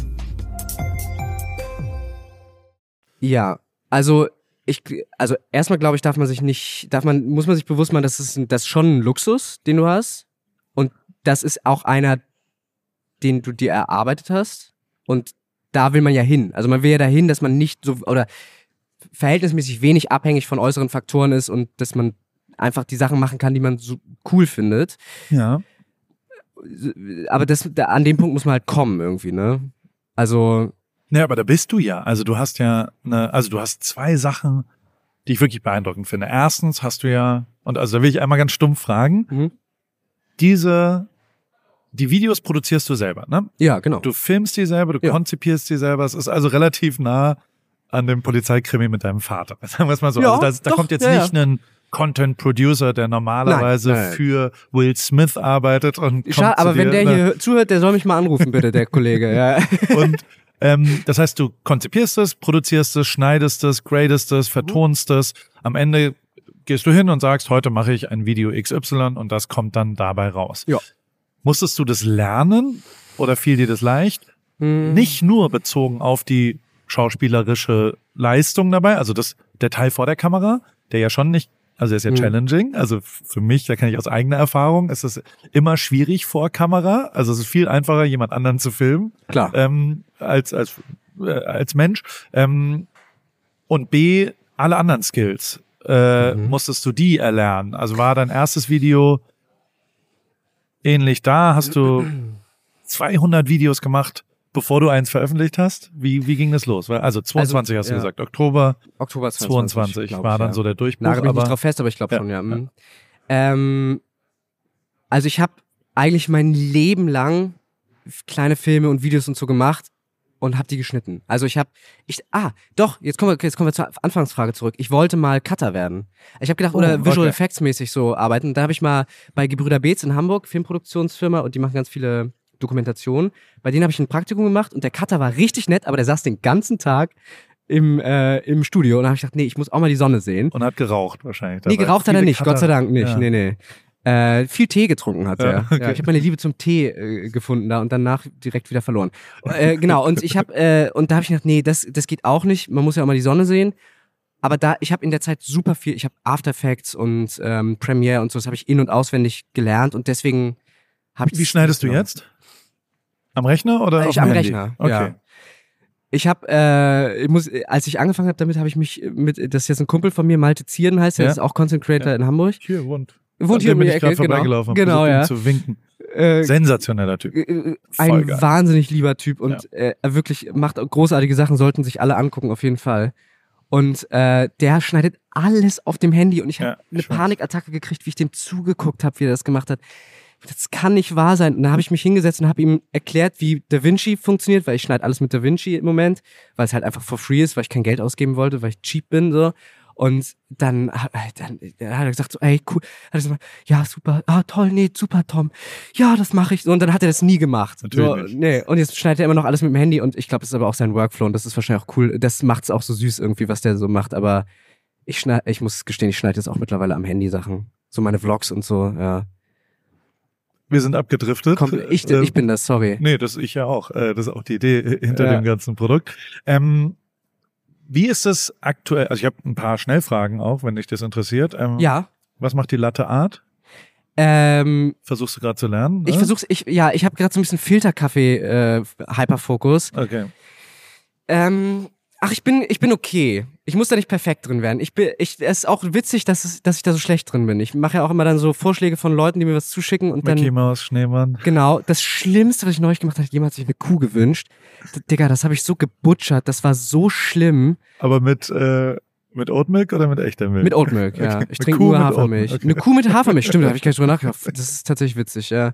Ja, also ich, also erstmal glaube ich, darf man sich nicht, darf man, muss man sich bewusst machen, das ist, das ist schon ein Luxus, den du hast. Und das ist auch einer, den du dir erarbeitet hast. Und da will man ja hin. Also man will ja dahin, dass man nicht so, oder verhältnismäßig wenig abhängig von äußeren Faktoren ist und dass man einfach die Sachen machen kann, die man so cool findet. Ja. Aber das, da, an dem Punkt muss man halt kommen irgendwie, ne? Also Ja, aber da bist du ja. Also du hast ja eine, also du hast zwei Sachen, die ich wirklich beeindruckend finde. Erstens hast du ja, und also da will ich einmal ganz stumpf fragen, Mhm. diese, die Videos produzierst du selber, ne? ja, genau. Du filmst die selber, du Ja. konzipierst die selber. Es ist also relativ nah an dem Polizeikrimi mit deinem Vater. Sagen wir es mal so. Ja, also das, da doch, kommt jetzt ja, nicht ein Content-Producer, der normalerweise Nein, nein. für Will Smith arbeitet und kommt Schade, zu aber dir, wenn der ne? hier zuhört, der soll mich mal anrufen, bitte, der Kollege. Ja. Und ähm, das heißt, du konzipierst es, produzierst es, schneidest es, gradest es, vertonst es. Am Ende gehst du hin und sagst, heute mache ich ein Video X Y und das kommt dann dabei raus. Ja. Musstest du das lernen oder fiel dir das leicht? Mhm. Nicht nur bezogen auf die schauspielerische Leistung dabei, also das, der Teil vor der Kamera, der ja schon nicht, also der ist ja Mhm. challenging, also für mich, da kann ich aus eigener Erfahrung, ist es immer schwierig vor Kamera, also es ist viel einfacher, jemand anderen zu filmen, Klar. ähm, als, als, äh, als Mensch. Ähm, und B, alle anderen Skills, äh, Mhm. musstest du die erlernen. Also war dein erstes Video ähnlich da? Hast du zweihundert Videos gemacht, bevor du eins veröffentlicht hast? Wie, wie ging das los? Weil- Also zweiundzwanzig hast du ja. gesagt, Oktober Oktober zweiundzwanzig glaub war ich, dann ja. so der Durchbruch. Nagel mich aber nicht drauf fest, aber ich glaube Ja, schon, ja. Mhm. Ähm, also ich habe eigentlich mein Leben lang kleine Filme und Videos und so gemacht und habe die geschnitten. Also ich habe, ich, ah, doch, jetzt kommen wir, jetzt kommen wir zur Anfangsfrage zurück. Ich wollte mal Cutter werden. Ich habe gedacht, Oh, oder Visual okay. Effects mäßig so arbeiten. Da habe ich mal bei Gebrüder Beetz in Hamburg, Filmproduktionsfirma, und die machen ganz viele Dokumentationen. Bei denen habe ich ein Praktikum gemacht und der Cutter war richtig nett, aber der saß den ganzen Tag im, äh, im Studio und da habe ich gedacht, nee, ich muss auch mal die Sonne sehen. und hat geraucht wahrscheinlich. Nee, dabei. geraucht hat er Viele nicht, Gott sei Cutter- Dank nicht. Ja. Nee, nee. Äh, viel Tee getrunken hat Ja, er. okay. Ja, ich habe meine Liebe zum Tee äh, gefunden da und danach direkt wieder verloren. äh, genau, und ich habe äh, und da habe ich gedacht, nee, das das geht auch nicht. Man muss ja auch mal die Sonne sehen. Aber da, ich habe in der Zeit super viel, ich habe After Effects und ähm, Premiere und so, das habe ich in- und auswendig gelernt und deswegen habe ich Wie schneidest du jetzt? Am Rechner oder Äh, auf ich dem am Handy? Rechner, Okay. ja. Ich habe, äh, ich muss, als ich angefangen habe damit, habe ich mich mit, das ist jetzt ein Kumpel von mir, Malte Zieren heißt, der Ja. ist auch Content Creator Ja. in Hamburg. Hier wohnt. Wohnt hier An um dem die bin ich Ecke, gerade genau. vorbeigelaufen, Genau, versucht, ihm ja. zu winken. Äh, Sensationeller Typ. äh, Voll ein geil. wahnsinnig lieber Typ und äh, er wirklich macht großartige Sachen, sollten sich alle angucken, auf jeden Fall. Und äh, der schneidet alles auf dem Handy und ich habe Ja, eine ich weiß. Panikattacke gekriegt, wie ich dem zugeguckt habe, wie er das gemacht hat. Das kann nicht wahr sein. Und dann habe ich mich hingesetzt und habe ihm erklärt, wie DaVinci funktioniert, weil ich schneide alles mit DaVinci im Moment, weil es halt einfach for free ist, weil ich kein Geld ausgeben wollte, weil ich cheap bin so. Und dann, dann, dann hat er gesagt so, ey, cool. Hat er gesagt, ja, super, ah, toll, nee, super, Tom. Ja, das mache ich. So, und dann hat er das nie gemacht. Natürlich so, nicht. Nee. Und jetzt schneidet er immer noch alles mit dem Handy und ich glaube, das ist aber auch sein Workflow und das ist wahrscheinlich auch cool. Das macht's auch so süß irgendwie, was der so macht. Aber ich schneide, ich muss gestehen, ich schneide jetzt auch mittlerweile am Handy Sachen. So meine Vlogs und so, ja. Wir sind abgedriftet. Komm, ich, Ähm, ich bin das, sorry. Nee, das ich ja auch. Äh, Das ist auch die Idee hinter Ja. dem ganzen Produkt. Ähm, wie ist das aktuell? Also ich habe ein paar Schnellfragen auch, wenn dich das interessiert. Ähm, Ja. Was macht die Latte Art? Ähm, Versuchst du gerade zu lernen? ich ne? versuch's, ich, ja, ich habe gerade so ein bisschen Filterkaffee äh, Hyperfokus. Okay. Ähm, ach, ich bin, ich bin okay. Ich muss da nicht perfekt drin werden. Ich bin, ich, es ist auch witzig, dass, es, dass ich da so schlecht drin bin. Ich mache ja auch immer dann so Vorschläge von Leuten, die mir was zuschicken und dann. Mickey Mouse, Schneemann. Genau, das Schlimmste, was ich neulich gemacht habe, jemand hat sich eine Kuh gewünscht. D Digga, das habe ich so gebutschert, das war so schlimm. Aber mit, äh, mit Oatmilk oder mit echter Milch? Mit Oatmilk, ja. Okay. Ich Eine trinke Kuh nur mit Hafermilch. Oatmilk, okay. Eine Kuh mit Hafermilch, stimmt, da habe ich gar nicht drüber nachgedacht. Das ist tatsächlich witzig, ja.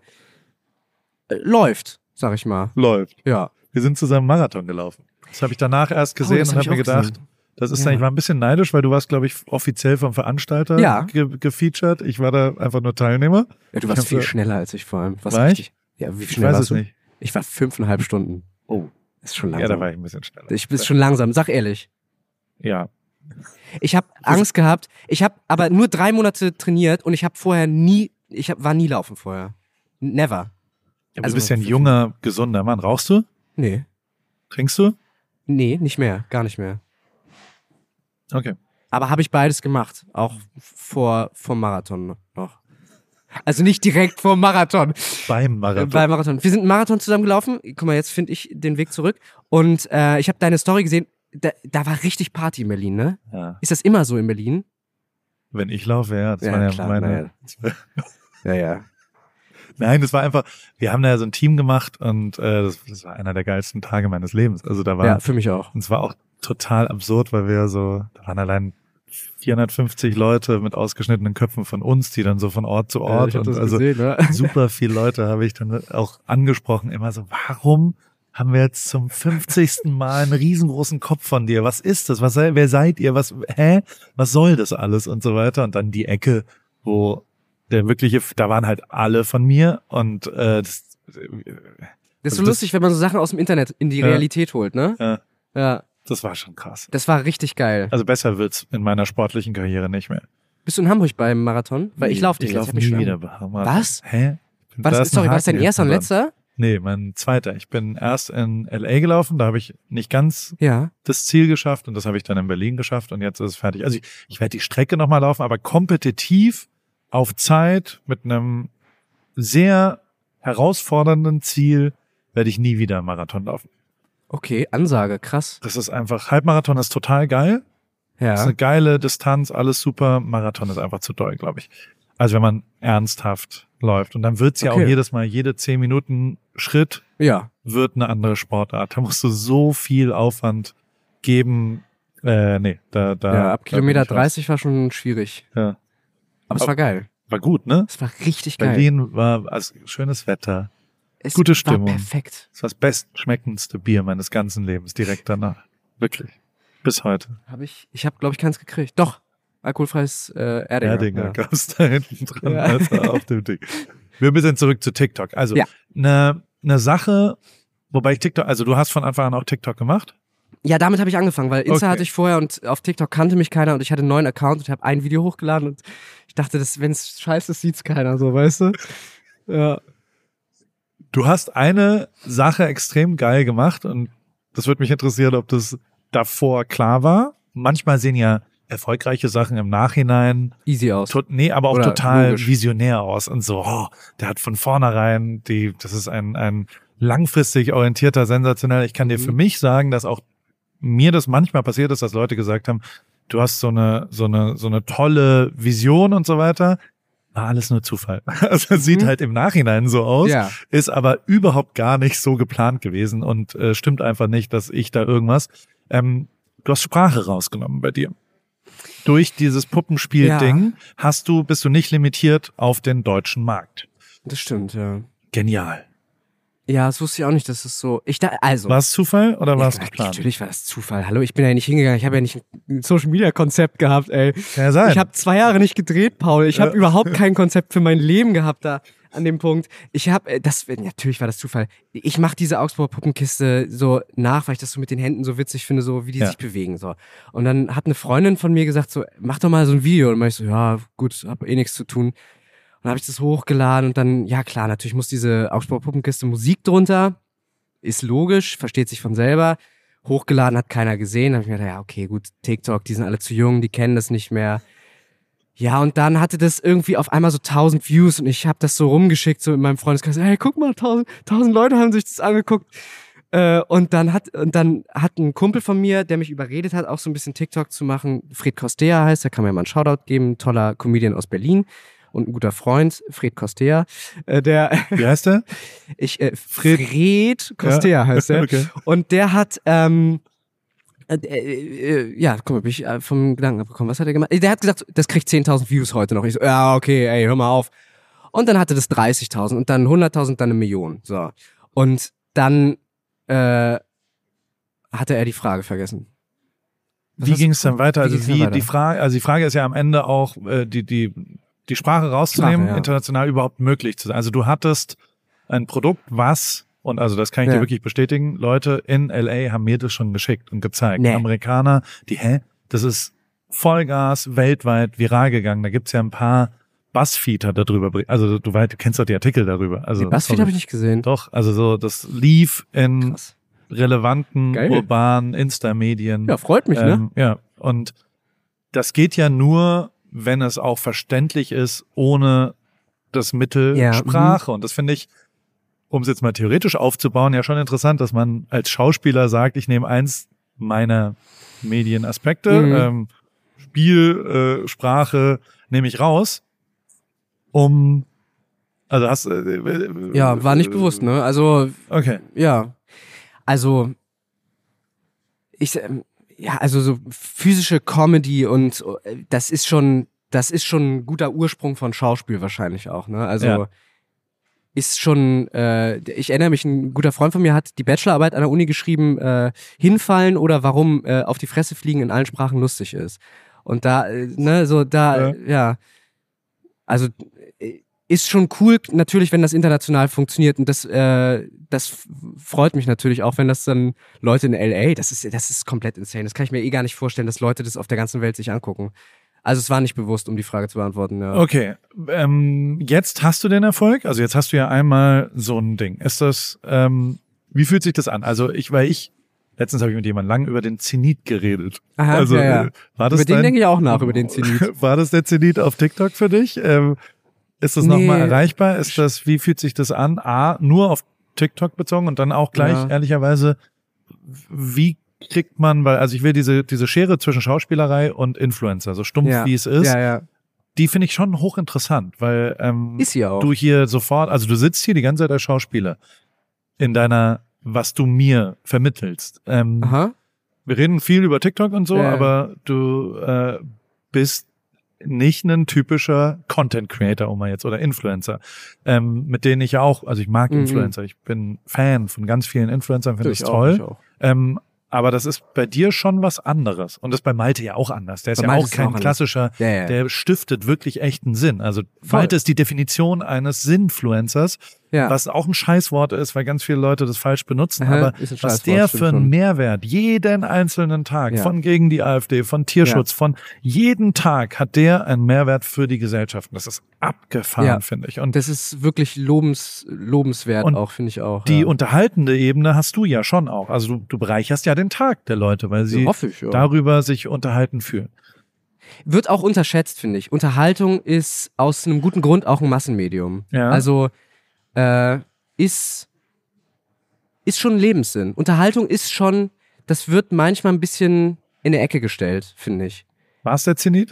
Äh, Läuft, sag ich mal. Läuft. Ja. Wir sind zusammen Marathon gelaufen. Das habe ich danach erst gesehen Oh, das und hab habe ich mir auch gedacht, gesehen. das ist Ja. dann, ich war ein bisschen neidisch, weil du warst, glaube ich, offiziell vom Veranstalter Ja. ge gefeatured. Ich war da einfach nur Teilnehmer. Ja, du Ich warst hab viel so- schneller als ich vor allem. Was War ich? richtig? Ja, wie Ich schnell weiß warst es du? nicht. Ich war fünfeinhalb Stunden. Oh, ist schon Ja, langsam. da war ich ein bisschen schneller. ich bin schon langsam, sag ehrlich. Ja. Ich habe Angst gehabt. Ich habe aber nur drei Monate trainiert und ich habe vorher nie, ich hab, war nie laufen vorher. Never. Ja, Also du bist ja ein fünf- junger, gesunder Mann. Rauchst du? Nee. Trinkst du? Nee, nicht mehr. Gar nicht mehr. Okay. Aber habe ich beides gemacht. Auch vor, vor Marathon noch. Also nicht direkt vor Marathon. Beim Äh, Marathon. Bei Marathon. Wir sind einen Marathon zusammen gelaufen. Guck mal, jetzt finde ich den Weg zurück. Und äh, ich habe deine Story gesehen. Da, da war richtig Party in Berlin, ne? ja. Ist das immer so in Berlin? Wenn ich laufe, ja. Das Ja, war ja klar, meine. Ja, ja. Nein, das war einfach, wir haben da ja so ein Team gemacht und äh, das, das war einer der geilsten Tage meines Lebens. Also da war, Ja, für mich auch. und es war auch total absurd, weil wir so, da waren allein vierhundertfünfzig Leute mit ausgeschnittenen Köpfen von uns, die dann so von Ort zu Ort ich hab und das also gesehen, ne? super viele Leute habe ich dann auch angesprochen, immer so, warum haben wir jetzt zum fünfzigsten Mal einen riesengroßen Kopf von dir? Was ist das? Was, sei- wer seid ihr? Was, hä? Was soll das alles? Und so weiter. Und dann die Ecke, wo der wirkliche, da waren halt alle von mir und äh, das, Das ist Also so das- lustig, wenn man so Sachen aus dem Internet in die Ja. Realität holt, ne? Ja. Ja. das war schon krass. Das war richtig geil. Also besser wird's in meiner sportlichen Karriere nicht mehr. Bist du in Hamburg beim Marathon? Weil ich laufe den Ich jetzt. laufe hab mich nie schon- wieder. Marathon. Was? Hä? Ich bin- War da das, ist ein sorry, war das dein Haken erster und hinten dran. letzter? Nee, mein zweiter. Ich bin erst in L A gelaufen, da habe ich nicht ganz Ja. das Ziel geschafft und das habe ich dann in Berlin geschafft und jetzt ist es fertig. Also ich, ich werde die Strecke nochmal laufen, aber kompetitiv auf Zeit mit einem sehr herausfordernden Ziel werde ich nie wieder einen Marathon laufen. Okay, Ansage, krass. Das ist einfach, Halbmarathon ist total geil. Das ist Ja. eine geile Distanz, alles super. Marathon ist einfach zu doll, glaube ich. Also wenn man ernsthaft läuft. Und dann wird's ja Okay. auch jedes Mal, jede zehn Minuten Schritt Ja. wird eine andere Sportart. Da musst du so viel Aufwand geben. Äh, nee, da, da. Ja, ab da Kilometer bin ich raus. dreißig war schon schwierig. Ja. Aber es Ab- war geil. War gut, ne? Es war richtig geil. Berlin war also schönes Wetter. Es gute war Stimmung. perfekt. Das war das bestschmeckendste Bier meines ganzen Lebens direkt danach. Wirklich. Bis heute. Hab ich, ich habe, glaube ich, keins gekriegt. Doch, alkoholfreies äh, Erdinger. Erdinger Ja. gab's da hinten dran, Ja. also auf dem Ding. Wir ein bisschen zurück zu TikTok. Also, Ja. eine ne Sache, wobei ich TikTok, also du hast von Anfang an auch TikTok gemacht? Ja, damit habe ich angefangen, weil Insta Okay. hatte ich vorher und auf TikTok kannte mich keiner und ich hatte einen neuen Account und habe ein Video hochgeladen und ich dachte, wenn es scheiße ist, sieht's keiner so, weißt du? Ja. Du hast eine Sache extrem geil gemacht und das würde mich interessieren, ob das davor klar war. Manchmal sehen ja erfolgreiche Sachen im Nachhinein, Easy aus. tot, nee, aber auch Oder total logisch. visionär aus und so, oh, der hat von vornherein die, das ist ein, ein langfristig orientierter, sensationell. Ich kann dir Mhm. für mich sagen, dass auch mir das manchmal passiert ist, dass Leute gesagt haben, du hast so eine, so eine, so eine tolle Vision und so weiter. War alles nur Zufall. Also es sieht Mhm. halt im Nachhinein so aus, Ja. ist aber überhaupt gar nicht so geplant gewesen und äh, stimmt einfach nicht, dass ich da irgendwas. Ähm, du hast Sprache rausgenommen bei dir. Durch dieses Puppenspiel-Ding hast du, bist du nicht limitiert auf den deutschen Markt. Das stimmt, ja. Genial. Ja, das wusste ich auch nicht, dass es so. Ich da, also. War es Zufall oder war Ja, es geplant? natürlich war das Zufall. Hallo, ich bin ja nicht hingegangen. Ich habe ja nicht ein Social Media Konzept gehabt, ey. Kann ja sein. Ich habe zwei Jahre nicht gedreht, Paul. Ich habe Ja. überhaupt kein Konzept für mein Leben gehabt da an dem Punkt. Ich habe, das, natürlich war das Zufall. Ich mache diese Augsburger Puppenkiste so nach, weil ich das so mit den Händen so witzig finde, so wie die Ja. sich bewegen so. Und dann hat eine Freundin von mir gesagt so, mach doch mal so ein Video. Und dann ich so, ja gut, hab eh nichts zu tun. Und dann habe ich das hochgeladen und dann, ja klar, natürlich muss diese Augsburger Puppenkiste Musik drunter. Ist logisch, versteht sich von selber. Hochgeladen hat keiner gesehen. Da habe ich mir gedacht, ja, okay, gut, TikTok, die sind alle zu jung, die kennen das nicht mehr. Ja, und dann hatte das irgendwie auf einmal so tausend Views und ich habe das so rumgeschickt, so in meinem Freundeskreis, hey, guck mal, tausend, tausend Leute haben sich das angeguckt. Äh, und dann hat und dann hat ein Kumpel von mir, der mich überredet hat, auch so ein bisschen TikTok zu machen, Fred Kostea heißt, da kann man ja mal einen Shoutout geben, toller Comedian aus Berlin und ein guter Freund, Fred Kostea, äh, der Wie heißt der? ich, äh, Fred, Fred Kostea Ja. heißt er. Okay. Und der hat, ähm, äh, äh, ja, guck mal, bin ich äh, vom Gedanken abgekommen. Was hat er gemacht? Der hat gesagt, das kriegt zehntausend Views heute noch. Ich so, ja, okay, ey, hör mal auf. Und dann hatte das dreißigtausend und dann hunderttausend, dann eine Million. So. Und dann äh, hatte er die Frage vergessen. Was Wie hast du- ging es dann weiter? wie Also ging's dann wie weiter? die Frage, also die Frage ist ja am Ende auch, äh, die, die, die Sprache rauszunehmen, Sprache, ja. international überhaupt möglich zu sein. Also du hattest ein Produkt, was, und also das kann ich Ja. dir wirklich bestätigen, Leute in L A haben mir das schon geschickt und gezeigt. Nee. Amerikaner, die, hä? Das ist Vollgas weltweit viral gegangen. Da gibt's ja ein paar BuzzFeed hat darüber, beri- also du weißt, du kennst doch die Artikel darüber. Also Die BuzzFeed sorry. habe ich nicht gesehen. Doch, also so, das lief in Krass. relevanten, Geil. urbanen Insta-Medien. Ja, freut mich, ne? Ähm, ja, und das geht ja nur, wenn es auch verständlich ist, ohne das Mittel Ja, Sprache. Und das finde ich, um es jetzt mal theoretisch aufzubauen, ja schon interessant, dass man als Schauspieler sagt, ich nehme eins meiner Medienaspekte, Mhm. ähm, Spiel, äh, Sprache nehme ich raus, um, also hast äh, Ja, war nicht bewusst, ne? Also, Okay. ja. Also, ich, ähm, ja, also so physische Comedy und äh, das ist schon, das ist schon ein guter Ursprung von Schauspiel wahrscheinlich auch, ne? Also, Ja. ist schon, äh, ich erinnere mich, ein guter Freund von mir hat die Bachelorarbeit an der Uni geschrieben, äh, hinfallen oder warum äh, auf die Fresse fliegen in allen Sprachen lustig ist. Und da, äh, ne, so da, Ja. äh, ja, also äh, ist schon cool, natürlich, wenn das international funktioniert und das, äh, das f- freut mich natürlich auch, wenn das dann Leute in L A, das ist, das ist komplett insane. Das kann ich mir eh gar nicht vorstellen, dass Leute das auf der ganzen Welt sich angucken. Also es war nicht bewusst, um die Frage zu beantworten. Ja. Okay, ähm, jetzt hast du den Erfolg, also jetzt hast du ja einmal so ein Ding. Ist das, ähm, wie fühlt sich das an? Also ich, weil ich, letztens habe ich mit jemandem lang über den Zenit geredet. Aha, also ja, ja. äh, war das Über den dein, denke ich auch nach, über den Zenit. War das der Zenit auf TikTok für dich? Ähm, ist das Nee. nochmal erreichbar? Ist das, wie fühlt sich das an? A, nur auf TikTok bezogen und dann auch gleich, Ja. ehrlicherweise, wie kriegt man, weil, also ich will diese, diese Schere zwischen Schauspielerei und Influencer, so stumpf Ja. wie es ist, Ja, ja. die finde ich schon hochinteressant, weil ähm, Ist sie auch. du hier sofort, also du sitzt hier die ganze Zeit als Schauspieler in deiner, was du mir vermittelst. Ähm, Aha. wir reden viel über TikTok und so, Ja. aber du äh, bist nicht ein typischer Content Creator, um mal jetzt, oder Influencer, ähm, mit denen ich ja auch, also ich mag Mhm. Influencer, ich bin Fan von ganz vielen Influencern, finde Ich das auch, toll. ich auch. Ähm, aber das ist bei dir schon was anderes. Und das ist bei Malte ja auch anders. Der ist Bei ja Malte auch ist es kein auch anders. klassischer, Ja, ja. der stiftet wirklich echten Sinn. Also Voll. Malte ist die Definition eines Sinnfluencers, Ja. was auch ein Scheißwort ist, weil ganz viele Leute das falsch benutzen. Aha, aber ist ein was Scheißwort, der stimmt für einen schon. Mehrwert jeden einzelnen Tag, Ja. von gegen die AfD, von Tierschutz, Ja. von jeden Tag hat der einen Mehrwert für die Gesellschaft. Und das ist abgefahren, Ja. finde ich. Und Das ist wirklich lobens, lobenswert Und auch, finde ich auch. die ja. unterhaltende Ebene hast du ja schon auch. Also du, du bereicherst ja den Tag der Leute, weil sie hoffe ich, ja. darüber sich unterhalten fühlen. Wird auch unterschätzt, finde ich. Unterhaltung ist aus einem guten Grund auch ein Massenmedium. Ja. Also äh, ist ist schon ein Lebenssinn. Unterhaltung ist schon, das wird manchmal ein bisschen in eine Ecke gestellt, finde ich. War es der Zenit?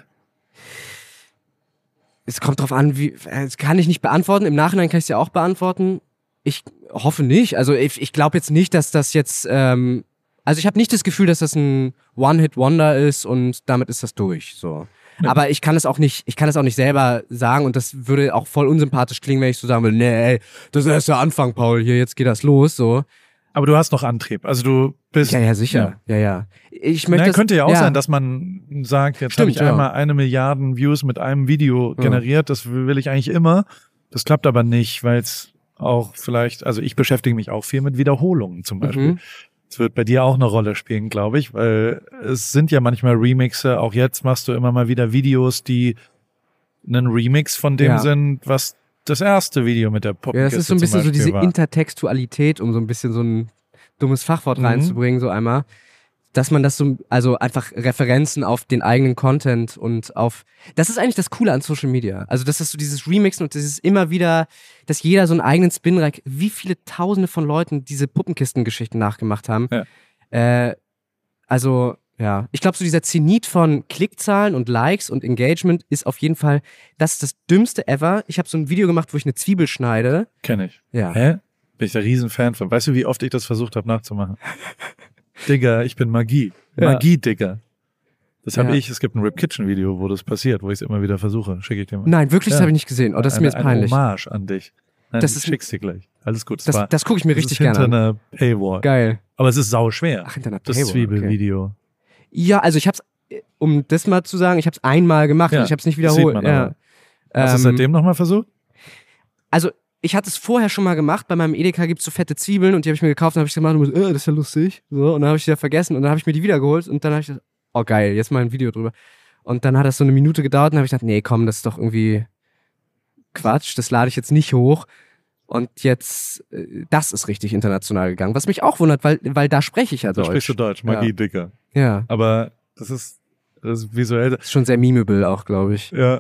Es kommt drauf an, wie, das kann ich nicht beantworten. Im Nachhinein kann ich es ja auch beantworten. Ich hoffe nicht. Also ich, ich glaube jetzt nicht, dass das jetzt, ähm, also ich habe nicht das Gefühl, dass das ein One-Hit-Wonder ist und damit ist das durch, so. Ja. Aber ich kann es auch nicht, ich kann es auch nicht selber sagen und das würde auch voll unsympathisch klingen, wenn ich so sagen will, nee, ey, das ist erst der Anfang, Paul, hier, jetzt geht das los, so. Aber du hast noch Antrieb, also du bist... Ja, ja, sicher, ja, ja. ja. Ich möchte naja, das, könnte ja auch ja. sein, dass man sagt, jetzt habe ich ja. einmal eine Milliarde Views mit einem Video generiert, das will ich eigentlich immer. Das klappt aber nicht, weil es auch vielleicht, also ich beschäftige mich auch viel mit Wiederholungen zum Beispiel. Mhm. Das wird bei dir auch eine Rolle spielen, glaube ich, weil es sind ja manchmal Remixe, auch jetzt machst du immer mal wieder Videos, die einen Remix von dem Ja. sind, was das erste Video mit der Ja, Puppenkiste das ist so ein bisschen so zum Beispiel diese war. Intertextualität, um so ein bisschen so ein dummes Fachwort Mhm. reinzubringen, so einmal. Dass man das so, also einfach Referenzen auf den eigenen Content und auf, das ist eigentlich das Coole an Social Media. Also das ist so dieses Remixen und dieses immer wieder, dass jeder so einen eigenen Spin rein, wie viele Tausende von Leuten diese Puppenkistengeschichten nachgemacht haben. Ja. Äh, also, ja. Ich glaube, so dieser Zenit von Klickzahlen und Likes und Engagement ist auf jeden Fall, das ist das Dümmste ever. Ich habe so ein Video gemacht, wo ich eine Zwiebel schneide. Kenn ich. Ja. Hä? Bin ich der Riesenfan von. Weißt du, wie oft ich das versucht habe nachzumachen? Digga, ich bin Magie. Ja. Magie, Digga. Das habe Ja. ich, es gibt ein Rip Kitchen Video, wo das passiert, wo ich es immer wieder versuche. Schicke ich dir mal. Nein, wirklich, das Ja. habe ich nicht gesehen. Oh, das ist mir eine, jetzt peinlich. Eine Hommage an dich. Nein, Das das ist- ich schick's dir gleich. Alles gut. Es Das, war, das gucke ich mir das richtig ist hinter gerne an. einer Paywall. Geil. Aber es ist sau schwer. Ach, hinter einer Das Paywall, Zwiebelvideo. Ja, also ich hab's, äh, um das mal zu sagen, ich hab's einmal gemacht Ja, und ich hab's nicht das sieht wiederholt. man Ja. aber. Hast du es Ähm, seitdem nochmal versucht? Also ich hatte es vorher schon mal gemacht. Bei meinem Edeka gibt's so fette Zwiebeln und die habe ich mir gekauft und habe ich gemacht und äh, das ist ja lustig. So, und dann habe ich die ja vergessen und dann habe ich mir die wieder geholt und dann habe ich gedacht, oh geil, jetzt mal ein Video drüber. Und dann hat das so eine Minute gedauert und dann habe ich gedacht, nee, komm, das ist doch irgendwie Quatsch, das lade ich jetzt nicht hoch. Und jetzt, äh, das ist richtig international gegangen. Was mich auch wundert, weil, weil da spreche ich ja Da Deutsch. sprichst du Deutsch. Magie, Digga. Ja, Aber das ist, das ist visuell. ist schon sehr memeable auch, glaube ich. Ja.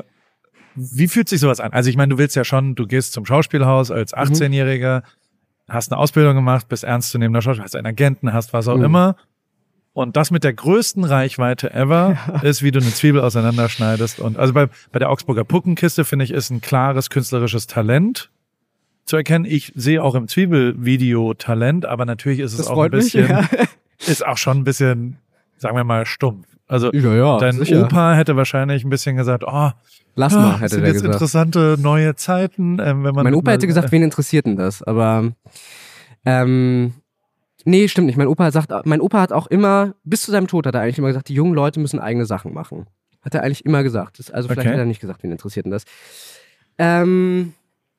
Wie fühlt sich sowas an? Also ich meine, du willst ja schon, du gehst zum Schauspielhaus als Mhm. achtzehnjähriger, hast eine Ausbildung gemacht, bist ernstzunehmender Schauspieler, hast einen Agenten, hast was auch Mhm. immer. Und das mit der größten Reichweite ever ist, wie du eine Zwiebel auseinanderschneidest. Und also bei, bei der Augsburger Puppenkiste, finde ich, ist ein klares künstlerisches Talent zu erkennen. Ich sehe auch im Zwiebelvideo Talent, aber natürlich ist es Das auch ein freut mich. bisschen, Ja, ist auch schon ein bisschen, sagen wir mal, stumpf. Also ja, ja dein sicher. Opa hätte wahrscheinlich ein bisschen gesagt, oh, Lass ah, mal, das hätte sind der jetzt gesagt. interessante neue Zeiten. Ähm, wenn man Mein mit Opa hätte mal- gesagt, wen interessiert denn das? Aber ähm, nee, stimmt nicht. Mein Opa sagt, mein Opa hat auch immer, bis zu seinem Tod hat er eigentlich immer gesagt, die jungen Leute müssen eigene Sachen machen. Hat er eigentlich immer gesagt. Das, also vielleicht Okay. hat er nicht gesagt, wen interessiert denn das? Ähm,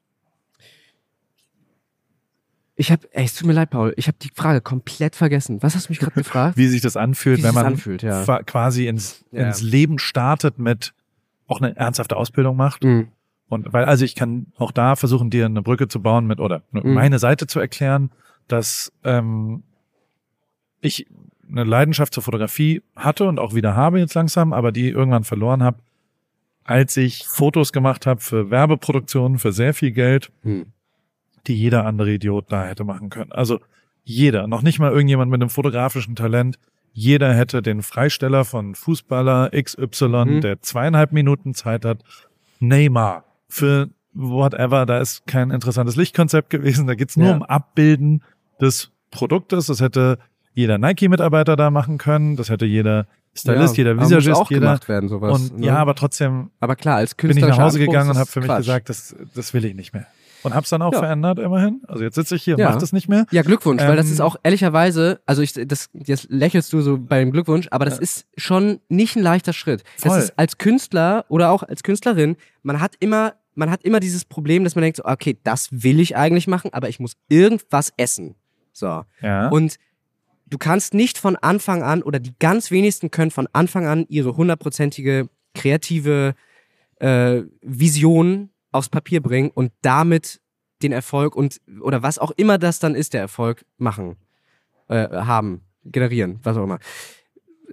ich habe, ey, es tut mir leid, Paul, ich habe die Frage komplett vergessen. Was hast du mich gerade gefragt? wie sich das anfühlt, Wie wenn sich das man anfühlt, ja. fa- quasi ins, Ja. ins Leben startet mit auch eine ernsthafte Ausbildung macht. Mhm. Und weil, also ich kann auch da versuchen, dir eine Brücke zu bauen mit, oder Mhm. meine Seite zu erklären, dass ähm, ich eine Leidenschaft zur Fotografie hatte und auch wieder habe jetzt langsam, aber die irgendwann verloren habe, als ich Fotos gemacht habe für Werbeproduktionen für sehr viel Geld, Mhm. die jeder andere Idiot da hätte machen können. Also jeder, noch nicht mal irgendjemand mit einem fotografischen Talent, jeder hätte den Freisteller von Fußballer X Y, Mhm. der zweieinhalb Minuten Zeit hat, Neymar, für whatever, da ist kein interessantes Lichtkonzept gewesen, da geht's nur Ja. um Abbilden des Produktes, das hätte jeder Nike-Mitarbeiter da machen können, das hätte jeder Stylist, Ja, jeder aber muss Visagist, auch jeder. gemacht werden, sowas. Und ne? ja, aber trotzdem aber klar, als bin ich künstlerischer nach Hause Anspruch gegangen ist und habe das für mich Quatsch. gesagt, das, das will ich nicht mehr. Und hab's dann auch Ja. verändert immerhin. Also jetzt sitze ich hier und Ja. mach das nicht mehr. Ja, Glückwunsch, weil das Ähm, ist auch ehrlicherweise, also ich, das, jetzt lächelst du so bei dem Glückwunsch, aber das Ja. ist schon nicht ein leichter Schritt. Voll. Das ist als Künstler oder auch als Künstlerin, man hat immer, man hat immer dieses Problem, dass man denkt, so, okay, das will ich eigentlich machen, aber ich muss irgendwas essen. So. Ja. Und du kannst nicht von Anfang an, oder die ganz wenigsten können von Anfang an ihre hundertprozentige kreative äh, Vision aufs Papier bringen und damit den Erfolg und oder was auch immer das dann ist, der Erfolg machen, äh, haben, generieren, was auch immer.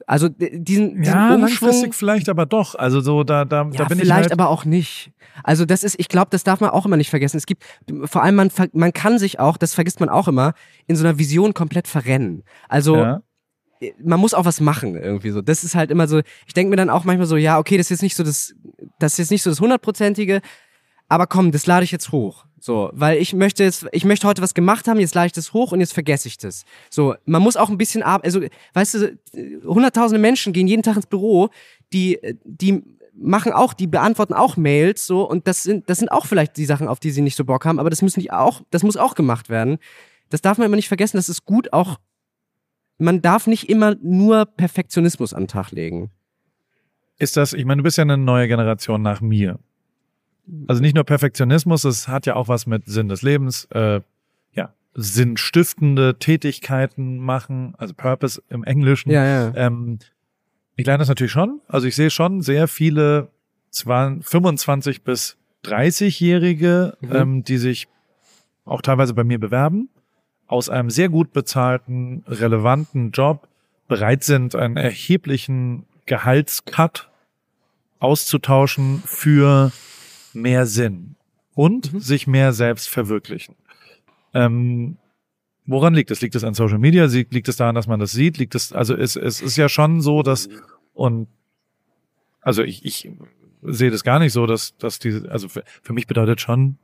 Also diesen, diesen Ja, Umschwung, langfristig vielleicht aber doch. Also so, da, da, ja, da bin ich vielleicht halt... aber auch nicht. Also das ist, ich glaube, das darf man auch immer nicht vergessen. Es gibt, vor allem man, man kann sich auch, das vergisst man auch immer, in so einer Vision komplett verrennen. Also Ja. man muss auch was machen irgendwie so. Das ist halt immer so, ich denke mir dann auch manchmal so, ja, okay, das ist jetzt nicht so das, das ist jetzt nicht so das hundertprozentige, aber komm, das lade ich jetzt hoch. So, weil ich möchte jetzt, ich möchte heute was gemacht haben, jetzt lade ich das hoch und jetzt vergesse ich das. So, man muss auch ein bisschen ab, also, weißt du, hunderttausende Menschen gehen jeden Tag ins Büro, die, die machen auch, die beantworten auch Mails, so, und das sind, das sind auch vielleicht die Sachen, auf die sie nicht so Bock haben, aber das müssen die auch, das muss auch gemacht werden. Das darf man immer nicht vergessen, das ist gut auch, man darf nicht immer nur Perfektionismus an den Tag legen. Ist das, ich meine, du bist ja eine neue Generation nach mir. Also nicht nur Perfektionismus, es hat ja auch was mit Sinn des Lebens, äh, ja, sinnstiftende Tätigkeiten machen, also Purpose im Englischen. Ja, ja. Ähm, ich lerne das natürlich schon. Also ich sehe schon sehr viele zwar fünfundzwanzig bis dreißig-Jährige, Mhm. ähm, die sich auch teilweise bei mir bewerben, aus einem sehr gut bezahlten, relevanten Job bereit sind, einen erheblichen Gehaltscut auszutauschen für mehr Sinn und Mhm. sich mehr selbst verwirklichen. Ähm, woran liegt es? Liegt es an Social Media? Liegt es daran, dass man das sieht? Liegt es, also es, es ist ja schon so, dass, und also ich, ich sehe das gar nicht so, dass, dass diese, also für, für mich bedeutet schon,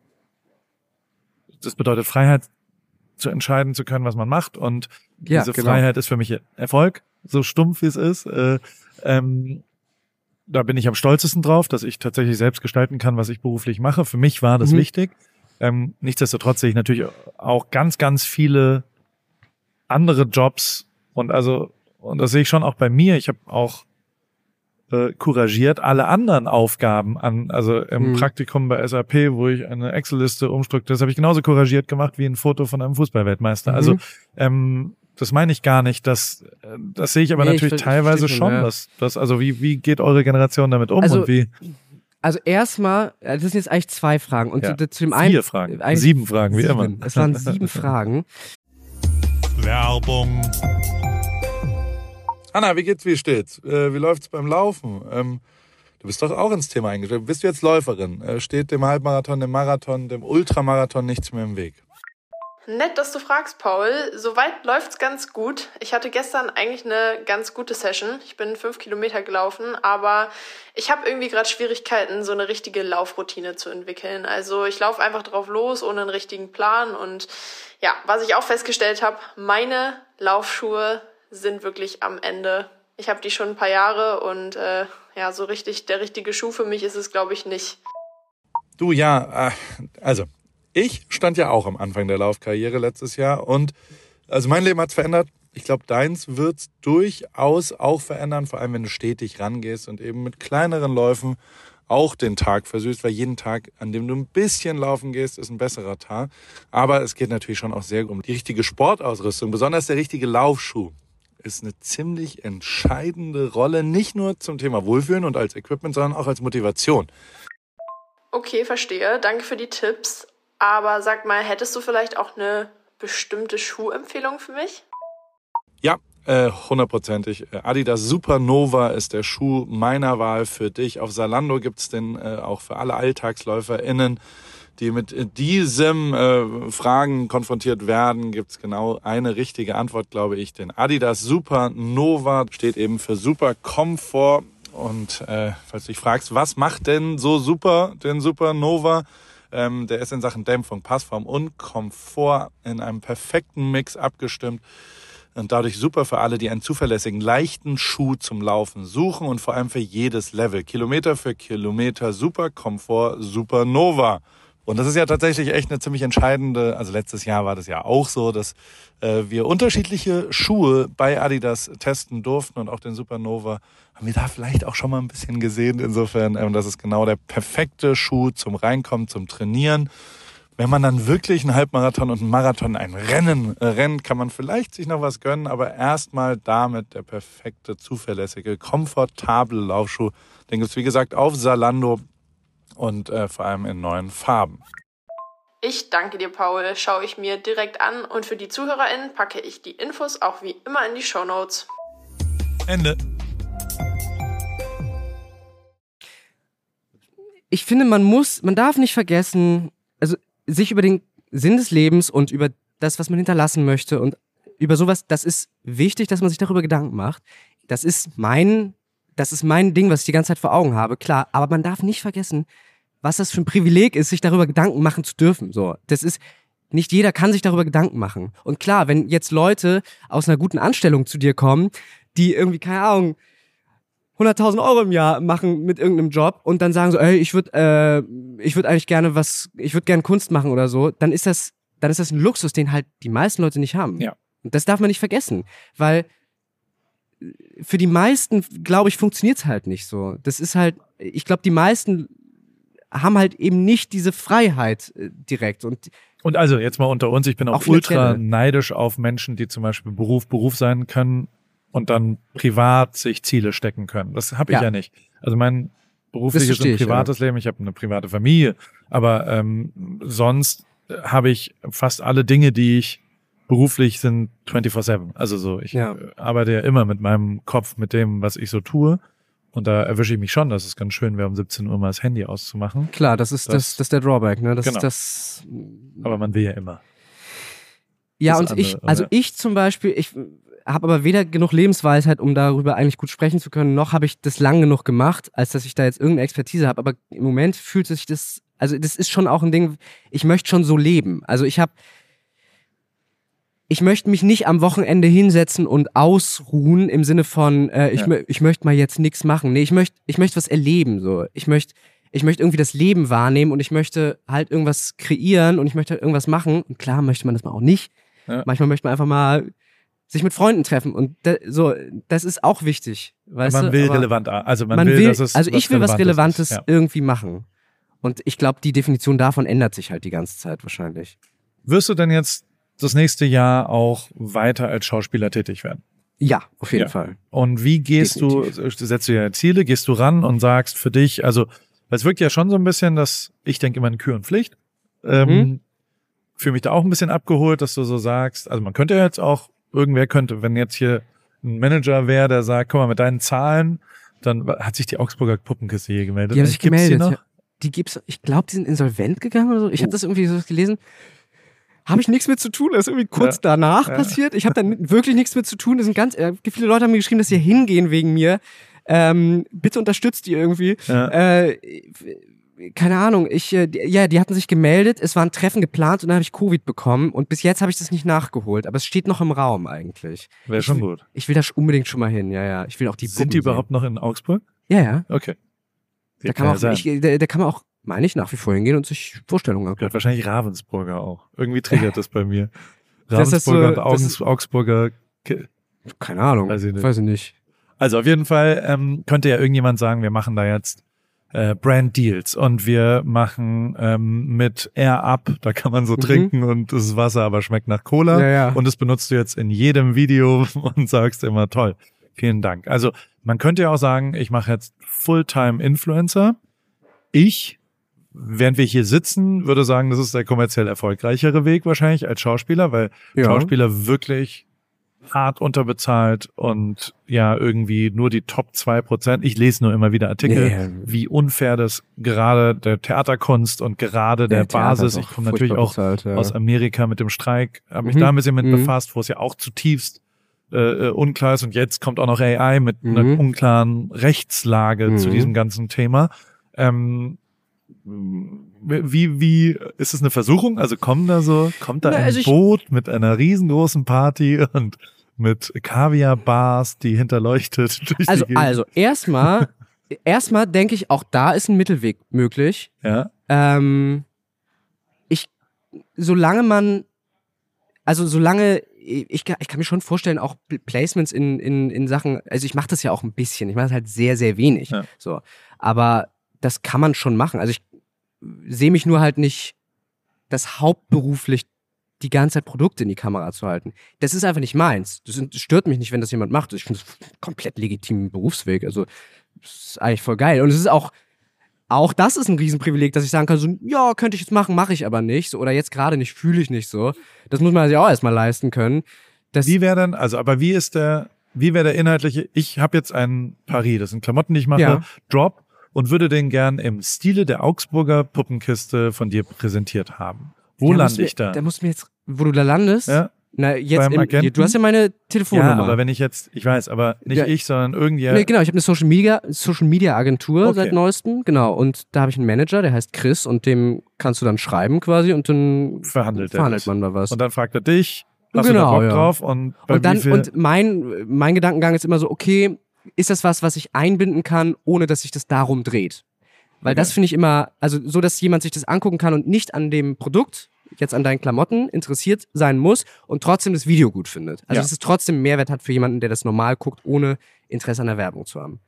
das bedeutet Freiheit, zu entscheiden zu können, was man macht, und Ja, diese genau. Freiheit ist für mich Erfolg, so stumpf wie es ist. Äh, ähm, da bin ich am stolzesten drauf, dass ich tatsächlich selbst gestalten kann, was ich beruflich mache. Für mich war das Mhm. wichtig. Ähm, nichtsdestotrotz sehe ich natürlich auch ganz, ganz viele andere Jobs, und also, und das sehe ich schon auch bei mir. Ich habe auch äh, couragiert alle anderen Aufgaben an, also im Mhm. Praktikum bei S A P, wo ich eine Excel-Liste umstrukturiert, das habe ich genauso couragiert gemacht wie ein Foto von einem Fußballweltmeister. Mhm. Also ähm, das meine ich gar nicht. Das, äh, das sehe ich aber Nee, ich natürlich ver- ich teilweise verstehe schon. schon, ja. dass, dass, also wie, wie geht eure Generation damit um, Also, und wie? Also erstmal, äh, das sind jetzt eigentlich zwei Fragen. Und Ja. zu, zu dem einen, Vier Fragen, eigentlich sieben Fragen, wie sieben. immer. Es waren sieben Fragen. Werbung. Anna, wie geht's, wie steht's? Äh, wie läuft's beim Laufen? Ähm, du bist doch auch ins Thema eingestiegen. Bist du jetzt Läuferin? Äh, steht dem Halbmarathon, dem Marathon, dem Ultramarathon nichts mehr im Weg? Nett, dass du fragst, Paul. Soweit läuft's ganz gut. Ich hatte gestern eigentlich eine ganz gute Session. Ich bin fünf Kilometer gelaufen, aber ich habe irgendwie gerade Schwierigkeiten, so eine richtige Laufroutine zu entwickeln. Also ich laufe einfach drauf los, ohne einen richtigen Plan. Und ja, was ich auch festgestellt habe, meine Laufschuhe sind wirklich am Ende. Ich habe die schon ein paar Jahre und äh, ja, so richtig der richtige Schuh für mich ist es, glaube ich, nicht. Du, ja, äh, also ich stand ja auch am Anfang der Laufkarriere letztes Jahr, und also mein Leben hat's verändert. Ich glaube, deins wird's durchaus auch verändern, vor allem wenn du stetig rangehst und eben mit kleineren Läufen auch den Tag versüßt, weil jeden Tag, an dem du ein bisschen laufen gehst, ist ein besserer Tag. Aber es geht natürlich schon auch sehr um die richtige Sportausrüstung, besonders der richtige Laufschuh ist eine ziemlich entscheidende Rolle, nicht nur zum Thema Wohlfühlen und als Equipment, sondern auch als Motivation. Okay, verstehe. Danke für die Tipps. Aber sag mal, hättest du vielleicht auch eine bestimmte Schuhempfehlung für mich? Ja, äh, hundertprozentig. Adidas Supernova ist der Schuh meiner Wahl für dich. Auf Zalando gibt's den äh, auch für alle AlltagsläuferInnen, die mit diesem äh, Fragen konfrontiert werden, gibt's genau eine richtige Antwort, glaube ich. Den Adidas Supernova steht eben für Super Komfort. Und äh, falls du dich fragst, was macht denn so super den Supernova? Ähm, der ist in Sachen Dämpfung, Passform und Komfort in einem perfekten Mix abgestimmt. Und dadurch super für alle, die einen zuverlässigen, leichten Schuh zum Laufen suchen, und vor allem für jedes Level. Kilometer für Kilometer, Super Komfort, Supernova. Und das ist ja tatsächlich echt eine ziemlich entscheidende, also letztes Jahr war das ja auch so, dass äh, wir unterschiedliche Schuhe bei Adidas testen durften, und auch den Supernova haben wir da vielleicht auch schon mal ein bisschen gesehen. Insofern, ähm, das ist genau der perfekte Schuh zum Reinkommen, zum Trainieren. Wenn man dann wirklich einen Halbmarathon und einen Marathon, ein Rennen äh, rennt, kann man vielleicht sich noch was gönnen, aber erstmal damit der perfekte, zuverlässige, komfortable Laufschuh. Den gibt's wie gesagt auf Zalando und äh, vor allem in neuen Farben. Ich danke dir, Paul. Schaue ich mir direkt an, und für die ZuhörerInnen packe ich die Infos auch wie immer in die Shownotes. Ende. ich finde, man muss, man darf nicht vergessen, also sich über den Sinn des Lebens und über das, was man hinterlassen möchte und über sowas, das ist wichtig, dass man sich darüber Gedanken macht. Das ist mein, das ist mein Ding, was ich die ganze Zeit vor Augen habe, klar. Aber man darf nicht vergessen, was das für ein Privileg ist, sich darüber Gedanken machen zu dürfen. So, das ist, nicht jeder kann sich darüber Gedanken machen. Und klar, wenn jetzt Leute aus einer guten Anstellung zu dir kommen, die irgendwie, keine Ahnung, hunderttausend Euro im Jahr machen mit irgendeinem Job und dann sagen so, ey, ich würde äh, ich würde eigentlich gerne was, ich würde gerne Kunst machen oder so, dann ist das, dann ist das ein Luxus, den halt die meisten Leute nicht haben. Ja. Und das darf man nicht vergessen, weil für die meisten, glaube ich, funktioniert's halt nicht so. Das ist halt, ich glaube, die meisten haben halt eben nicht diese Freiheit äh, direkt und Und also jetzt mal unter uns, ich bin auch, Auch ultra finanzielle. neidisch auf Menschen, die zum Beispiel Beruf Beruf sein können und dann privat sich Ziele stecken können. Das habe ich ja. Ja. nicht. Also mein berufliches verstehe und ich, privates Leben, ich habe eine private Familie, aber ähm, sonst habe ich fast alle Dinge, die ich beruflich sind vierundzwanzig sieben. Also so, ich Ja. äh, arbeite ja immer mit meinem Kopf, mit dem, was ich so tue. Und da erwische ich mich schon, dass es ganz schön wäre, um siebzehn Uhr mal das Handy auszumachen. klar, das ist das, Das- das, ist der Drawback, ne? Das Genau. ist das. Aber man will ja immer. Ja, das und andere, ich, also oder? ich zum Beispiel, ich habe aber weder genug Lebensweisheit, um darüber eigentlich gut sprechen zu können, noch habe ich das lang genug gemacht, als dass ich da jetzt irgendeine Expertise habe. Aber im Moment fühlt sich das, also das ist schon auch ein Ding, ich möchte schon so leben. Also ich habe, ich möchte mich nicht am Wochenende hinsetzen und ausruhen im Sinne von, äh, ich, Ja. mö- ich möchte mal jetzt nichts machen. Nee, ich möchte, ich möchte was erleben, so. Ich möchte, ich möchte irgendwie das Leben wahrnehmen und ich möchte halt irgendwas kreieren und ich möchte halt irgendwas machen. Und klar möchte man das mal auch nicht. Ja. Manchmal möchte man einfach mal sich mit Freunden treffen und da, so, das ist auch wichtig. Weißt man du? will Aber relevant, also man, man will, will, dass es also ich will was Relevantes ist. Ja. irgendwie machen. Und ich glaube, die Definition davon ändert sich halt die ganze Zeit wahrscheinlich. Wirst du denn jetzt das nächste Jahr auch weiter als Schauspieler tätig werden? Ja, auf jeden Ja. Fall. Und wie gehst du, setzt du ja Ziele, gehst du ran und sagst für dich, also, weil es wirkt ja schon so ein bisschen, dass ich denke immer an Kür und Pflicht. Ähm, Mhm. Fühle mich da auch ein bisschen abgeholt, dass du so sagst, also man könnte ja jetzt auch, irgendwer könnte, wenn jetzt hier ein Manager wäre, der sagt, guck mal, mit deinen Zahlen, dann hat sich die Augsburger Puppenkiste hier gemeldet. Die haben sich Gibt's gemeldet. Die noch? Ja. Die gibt's, ich glaube, die sind insolvent gegangen oder so. Ich Oh. habe das irgendwie so gelesen. Habe ich nichts mit zu tun. Das ist irgendwie kurz Ja. danach Ja. passiert. Ich habe dann wirklich nichts mit zu tun. Das sind ganz, äh, viele Leute haben mir geschrieben, dass sie hingehen wegen mir. Ähm, bitte unterstützt die irgendwie. Ja. Äh, keine Ahnung. Ich, äh, die, ja, die hatten sich gemeldet. Es war ein Treffen geplant und dann habe ich Covid bekommen. Und bis jetzt habe ich das nicht nachgeholt. Aber es steht noch im Raum eigentlich. Wäre schon gut. Ich will da unbedingt schon mal hin. Ja, ja. Ich will auch die Sind Puppen die überhaupt noch in Augsburg? Sehen. Ja, ja. Okay. Da kann, man auch, ich, da, da kann man auch, meine ich, nach wie vor hingehen und sich Vorstellungen angucken. Gehört wahrscheinlich Ravensburger auch. Irgendwie triggert das bei mir. Das ist so- Ravensburger und das Augens, ist- Augsburger. Ke- Keine Ahnung. Weiß ich nicht. Weiß ich nicht. Also auf jeden Fall ähm, könnte ja irgendjemand sagen, wir machen da jetzt äh, Brand Deals und wir machen ähm, mit Air Up, da kann man so Mhm. trinken und das Wasser aber schmeckt nach Cola Ja, ja. und das benutzt du jetzt in jedem Video und sagst immer toll. Vielen Dank. Also man könnte ja auch sagen, ich mache jetzt Fulltime Influencer. Ich, während wir hier sitzen, würde sagen, das ist der kommerziell erfolgreichere Weg wahrscheinlich als Schauspieler, weil Ja. Schauspieler wirklich hart unterbezahlt und ja irgendwie nur die Top zwei Prozent. Ich lese nur immer wieder Artikel, Ja, ja. wie unfair das gerade der Theaterkunst und gerade der, Der Theater Basis, ist ich auch komme natürlich furchtbar auch bezahlt, ja. aus Amerika mit dem Streik, habe mich Mhm. da ein bisschen mit Mhm. befasst, wo es ja auch zutiefst äh, äh, unklar ist und jetzt kommt auch noch A I mit einer Mhm. unklaren Rechtslage Mhm. zu diesem ganzen Thema. Ähm, wie, wie, ist es eine Versuchung? Also kommen da so, kommt da Na, ein also ich- Boot mit einer riesengroßen Party und mit Kaviar-Bars, die hinterleuchtet durch Also, die Gegend? also erstmal, erstmal denke ich, auch da ist ein Mittelweg möglich. Ja, Ähm, ich, solange man, also solange, ich, kann- ich kann mir schon vorstellen, auch Pl- Placements in, in, in Sachen, also ich mache das ja auch ein bisschen, ich mache das halt sehr, sehr wenig. Ja. So. Aber das kann man schon machen. Also ich sehe mich nur halt nicht, das hauptberuflich die ganze Zeit Produkte in die Kamera zu halten. Das ist einfach nicht meins. Das sind- das stört mich nicht, wenn das jemand macht. Ich finde das komplett legitimen Berufsweg. Also, das ist eigentlich voll geil. Und es ist auch, auch das ist ein Riesenprivileg, dass ich sagen kann, so, ja, könnte ich jetzt machen, mache ich aber nicht. So, oder jetzt gerade nicht, fühle ich nicht so. Das muss man sich auch erstmal leisten können. Das, wie wäre denn, also aber wie ist der, wie wäre der inhaltliche, ich habe jetzt einen Paris, das sind Klamotten, die ich mache, Ja. Drop und würde den gern im Stile der Augsburger Puppenkiste von dir präsentiert haben. Wo Da musst lande du mir- ich da? Da musst du mir jetzt, wo du da landest? Ja, Na, jetzt beim im, Agenten? du hast ja meine ja, Telefonnummer. aber wenn ich jetzt, ich weiß, aber nicht Ja. ich, sondern irgendjemand. Nee, genau, ich habe eine Social Media, Social Media Agentur Okay. seit neuestem, genau. Und da habe ich einen Manager, der heißt Chris und dem kannst du dann schreiben quasi und dann Verhandelt er verhandelt das. man da was. Und dann fragt er dich, hast du da Genau, Bock ja. drauf? Und, bei Und dann, wie viel, und mein, mein Gedankengang ist immer so, okay, ist das was, was ich einbinden kann, ohne dass sich das darum dreht? Weil Okay. das finde ich immer, also so, dass jemand sich das angucken kann und nicht an dem Produkt, jetzt an deinen Klamotten, interessiert sein muss und trotzdem das Video gut findet. Also Ja. dass es trotzdem einen Mehrwert hat für jemanden, der das normal guckt, ohne Interesse an der Werbung zu haben.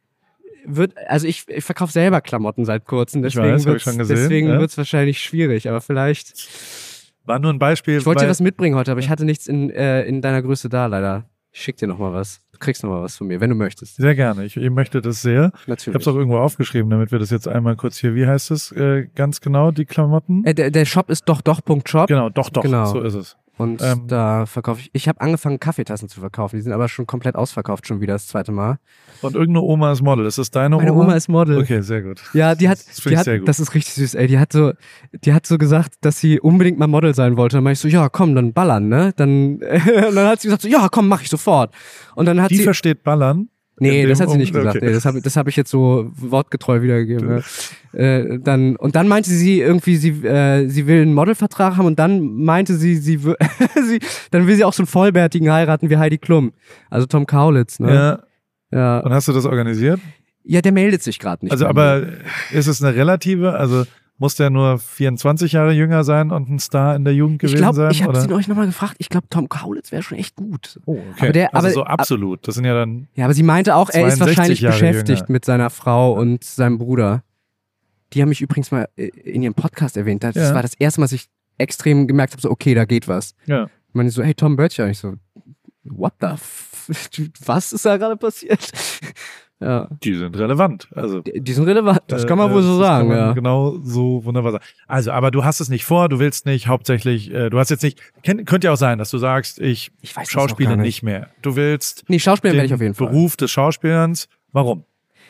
Wird, also ich, ich verkaufe selber Klamotten seit kurzem, Ich deswegen weiß, hab ich wird's, schon gesehen, deswegen ja. wird's wahrscheinlich schwierig, aber vielleicht. war nur ein Beispiel. Ich wollte dir weil- was mitbringen heute, aber ich hatte nichts in, äh, in deiner Größe da, leider. Ich schick dir noch mal was. Du kriegst noch mal was von mir, wenn du möchtest. Sehr gerne. Ich, ich möchte das sehr. Ich Natürlich. habe es auch irgendwo aufgeschrieben, damit wir das jetzt einmal kurz hier, wie heißt es äh, ganz genau, die Klamotten? Äh, der, der Shop ist doch doch Punkt Shop Genau, doch, doch, Genau. so ist es. und ähm, da verkaufe ich. Ich habe angefangen Kaffeetassen zu verkaufen, die sind aber schon komplett ausverkauft schon wieder das zweite Mal. Und irgendeine Oma ist Model. Ist das deine Meine Oma? Oma ist Model. Okay, sehr gut. Ja, die hat, Das finde die ich hat sehr gut. das ist richtig süß, ey. Die hat so, die hat so gesagt, dass sie unbedingt mal Model sein wollte. Dann meinte ich so, ja, komm, dann ballern, ne? Dann, und dann hat sie gesagt so, ja, komm, mach ich sofort. Und dann hat Die sie, versteht Ballern. nee, in das dem hat sie nicht Um- gesagt. okay. Nee, das habe das hab ich jetzt so wortgetreu wiedergegeben. Ja. Äh, dann, und dann meinte sie irgendwie, sie, äh, sie will einen Modelvertrag haben und dann meinte sie, sie, wü- sie, dann will sie auch so einen Vollbärtigen heiraten wie Heidi Klum. Also Tom Kaulitz, ne? Ja. Ja, Und hast du das organisiert? ja der meldet sich gerade nicht. Also, bei aber mir. ist es eine relative? Also muss der nur vierundzwanzig Jahre jünger sein und ein Star in der Jugend Ich gewesen glaube, sein? ich habe oder? sie euch nochmal gefragt. Ich glaube, Tom Kaulitz wäre schon echt gut. Oh, okay. Aber der- also aber- so absolut. Das sind ja dann. Ja, aber sie meinte auch, er ist zweiundsechzig wahrscheinlich Jahre beschäftigt jünger. mit seiner Frau und seinem Bruder. Die haben mich übrigens mal äh, in ihrem Podcast erwähnt. Das Ja. war das erste Mal, dass ich extrem gemerkt habe, so okay, da geht was. Ja. Ich meine so, hey, Tom Böttcher. Und ich so, what the f was ist da gerade passiert? Ja, Die sind relevant. Also die, die sind relevant, das kann man Äh, wohl so das sagen, kann man ja. Genau so wunderbar sagen. Also, aber du hast es nicht vor, du willst nicht hauptsächlich, äh, du hast jetzt nicht, kenn, könnte ja auch sein, dass du sagst, ich, Ich weiß das schauspiele noch gar nicht. mehr. Du willst Nee, Schauspieler werde den ich auf jeden Fall. Beruf des Schauspielers. Warum?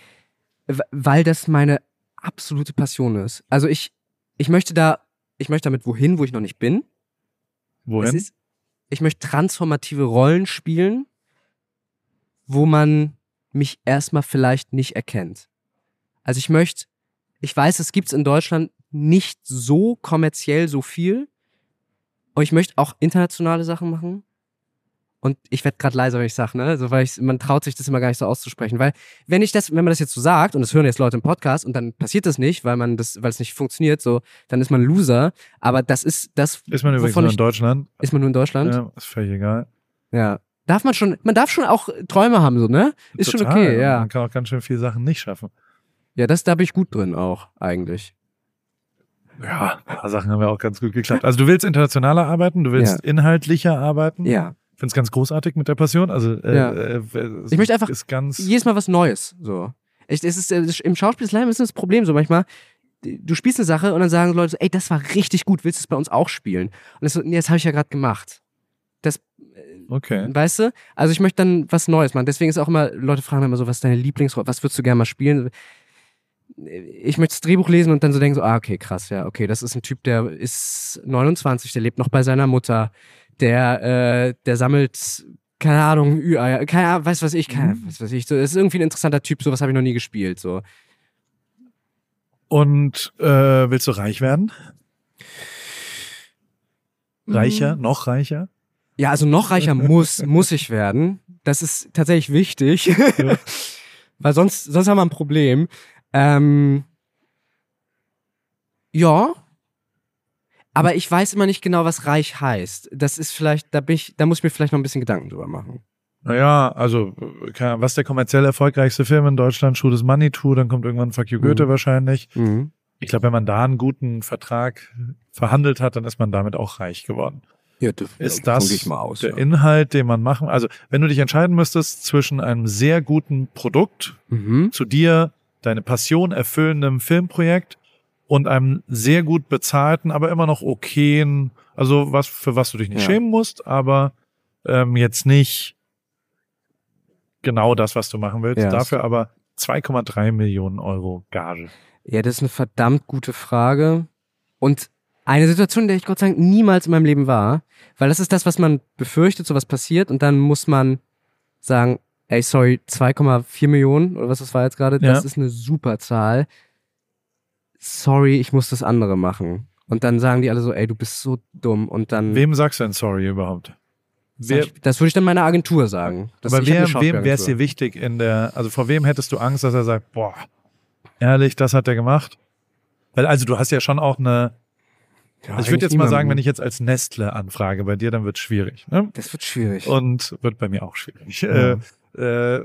W- Weil das meine absolute Passion ist. Also ich, ich möchte da, ich möchte damit wohin, wo ich noch nicht bin. Wohin? Es ist, ich möchte transformative Rollen spielen, wo man mich erstmal vielleicht nicht erkennt. Also ich möchte, ich weiß, es gibt's in Deutschland nicht so kommerziell so viel. Und ich möchte auch internationale Sachen machen. Und ich werde gerade leiser, wenn ich sage, ne? Also, weil ich, man traut sich das immer gar nicht so auszusprechen. Weil, wenn ich das, wenn man das jetzt so sagt, und das hören jetzt Leute im Podcast, und dann passiert das nicht, weil man das, weil es nicht funktioniert, so, dann ist man ein Loser. Aber das ist das, Ist man übrigens wovon nur in ich, Deutschland? ist man nur in Deutschland? Ja, ist völlig egal. Ja. Darf man schon, man darf schon auch Träume haben, so, ne? Ist schon Total. okay, ja. Man kann auch ganz schön viele Sachen nicht schaffen. Ja, das, da bin ich gut drin auch, eigentlich. Ja, ein paar Sachen haben ja auch ganz gut geklappt. Also du willst internationaler arbeiten, du willst inhaltlicher arbeiten. Ja. Ich finde es ganz großartig mit der Passion. Also äh, Ja. äh, es Ich möchte einfach ist ganz Jedes Mal was Neues, so. Ich, es ist, äh, im Schauspiel ist leider ein bisschen das Problem, so manchmal, du spielst eine Sache und dann sagen Leute so, ey, das war richtig gut, willst du es bei uns auch spielen? Und das so, nee, das habe ich ja gerade gemacht. Das, okay. weißt du? Also ich möchte dann was Neues machen. Deswegen ist auch immer, Leute fragen immer so, was ist deine Lieblingsrolle, was würdest du gerne mal spielen? Ich möchte das Drehbuch lesen und dann so denken so, ah, okay, krass, ja, okay, das ist ein Typ, der ist neunundzwanzig, der lebt noch bei seiner Mutter, der, äh, der sammelt, keine Ahnung, Ü-Eier, keine Ahnung, weiß was ich, keine Ahnung, weiß was ich, so, das ist irgendwie ein interessanter Typ, sowas habe ich noch nie gespielt, so. Und äh, willst du reich werden? Reicher, Mhm. noch reicher? Ja, also noch reicher muss, muss ich werden. Das ist tatsächlich wichtig. Weil sonst, sonst haben wir ein Problem. Ähm, ja. Aber ich weiß immer nicht genau, was reich heißt. Das ist vielleicht, da bin ich, da muss ich mir vielleicht noch ein bisschen Gedanken drüber machen. Naja, also äh, keine Ahnung, was ist der kommerziell erfolgreichste Film in Deutschland? Shoot is Money Too, dann kommt irgendwann Fuck You Goethe Mhm. wahrscheinlich. Mhm. Ich glaube, wenn man da einen guten Vertrag verhandelt hat, dann ist man damit auch reich geworden. Ja, das, Ist davon das gehe ich mal aus, der ja. Inhalt, den man machen? Also, wenn du dich entscheiden müsstest zwischen einem sehr guten Produkt, Mhm. zu dir, deine Passion erfüllendem Filmprojekt und einem sehr gut bezahlten, aber immer noch okayen, also was, für was du dich nicht Ja. schämen musst, aber ähm, jetzt nicht genau das, was du machen willst. Ja, Dafür aber zwei Komma drei Millionen Euro Gage. Ja, das ist eine verdammt gute Frage. Und eine Situation, in der ich Gott sei Dank niemals in meinem Leben war, weil das ist das, was man befürchtet, sowas passiert und dann muss man sagen, ey, sorry, zwei Komma vier Millionen oder was das war jetzt gerade, das Ja. ist eine super Zahl. Sorry, ich muss das andere machen. Und dann sagen die alle so, ey, du bist so dumm und dann... Wem sagst du denn sorry überhaupt? Sag Wer, ich, das würde ich dann meiner Agentur sagen. Das, aber ich hab wer, eine wem wäre es Schauspielagentur. dir wichtig in der, also vor wem hättest du Angst, dass er sagt, boah, ehrlich, das hat er gemacht? Weil also du hast ja schon auch eine, Ja, also ich würde eigentlich jetzt mal sagen, niemanden. wenn ich jetzt als Nestle anfrage bei dir, dann wird es schwierig. Ne? Das wird schwierig. Und wird bei mir auch schwierig. Ja. Äh, äh,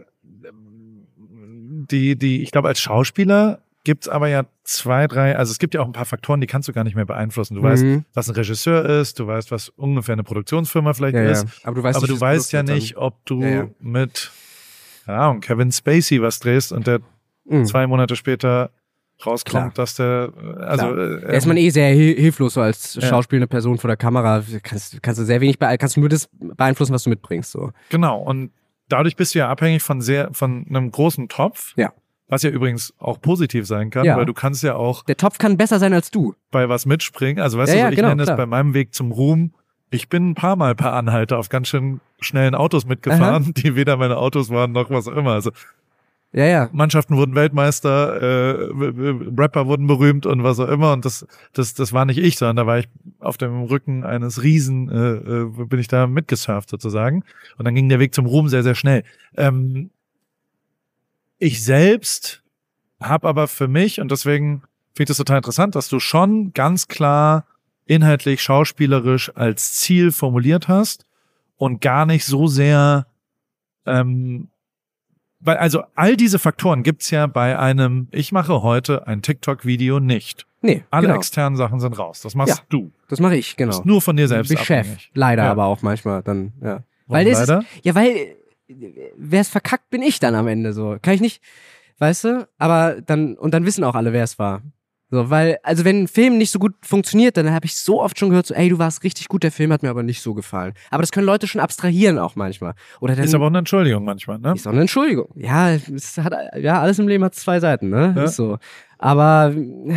die, die, ich glaube, als Schauspieler gibt's aber ja zwei, drei, also es gibt ja auch ein paar Faktoren, die kannst du gar nicht mehr beeinflussen. Du weißt, Mhm. was ein Regisseur ist, du weißt, was ungefähr eine Produktionsfirma vielleicht ja, ja. ist, Aber du weißt, aber nicht, du wie das weißt ja Produkt wird nicht, ob du Ja, ja. mit, keine Ahnung, Kevin Spacey was drehst und der dann. Mhm. zwei Monate später rauskommt, Klar. dass der, also, Klar. äh, Da ist man eh sehr hil- hilflos so als Ja. schauspielende Person vor der Kamera. Kannst, kannst du sehr wenig beeinflussen, kannst du nur das beeinflussen, was du mitbringst. So. genau. Und dadurch bist du ja abhängig von sehr, von einem großen Topf. Ja. Was ja übrigens auch positiv sein kann, Ja. weil du kannst ja auch Der Topf kann besser sein als du. bei was mitspringen. Also weißt Ja, du, ja, so, ich genau, nenne es klar. bei meinem Weg zum Ruhm, ich bin ein paar Mal per Anhalter auf ganz schön schnellen Autos mitgefahren, die weder meine Autos waren noch was auch immer. Also Ja, ja. Mannschaften wurden Weltmeister, äh, Rapper wurden berühmt und was auch immer. Und das, das, das war nicht ich, sondern da war ich auf dem Rücken eines Riesen, äh, äh, bin ich da mitgesurft sozusagen. Und dann ging der Weg zum Ruhm sehr, sehr schnell. Ähm, ich selbst habe aber für mich, und deswegen finde ich das total interessant, dass du schon ganz klar inhaltlich, schauspielerisch als Ziel formuliert hast und gar nicht so sehr, ähm, weil also all diese Faktoren gibt's ja bei einem, ich mache heute ein TikTok-Video nicht. Nee, Alle genau. externen Sachen sind raus. Das machst Ja. du. Das mache ich, genau. Ist nur von dir selbst Bin ich Chef. abhängig. Leider Ja. aber auch manchmal dann, ja. Warum Weil das leider? Ist, ja, weil äh, wer es verkackt, bin ich dann am Ende so. Kann ich nicht, weißt du? Aber dann, und dann wissen auch alle, wer es war. So, weil, also wenn ein Film nicht so gut funktioniert, dann habe ich so oft schon gehört, so, ey, du warst richtig gut, der Film hat mir aber nicht so gefallen. Aber das können Leute schon abstrahieren auch manchmal. Oder dann Ist aber auch eine Entschuldigung manchmal, ne? ist auch eine Entschuldigung. Ja, es hat, ja, alles im Leben hat zwei Seiten, ne? Ja. Ist so. Aber äh,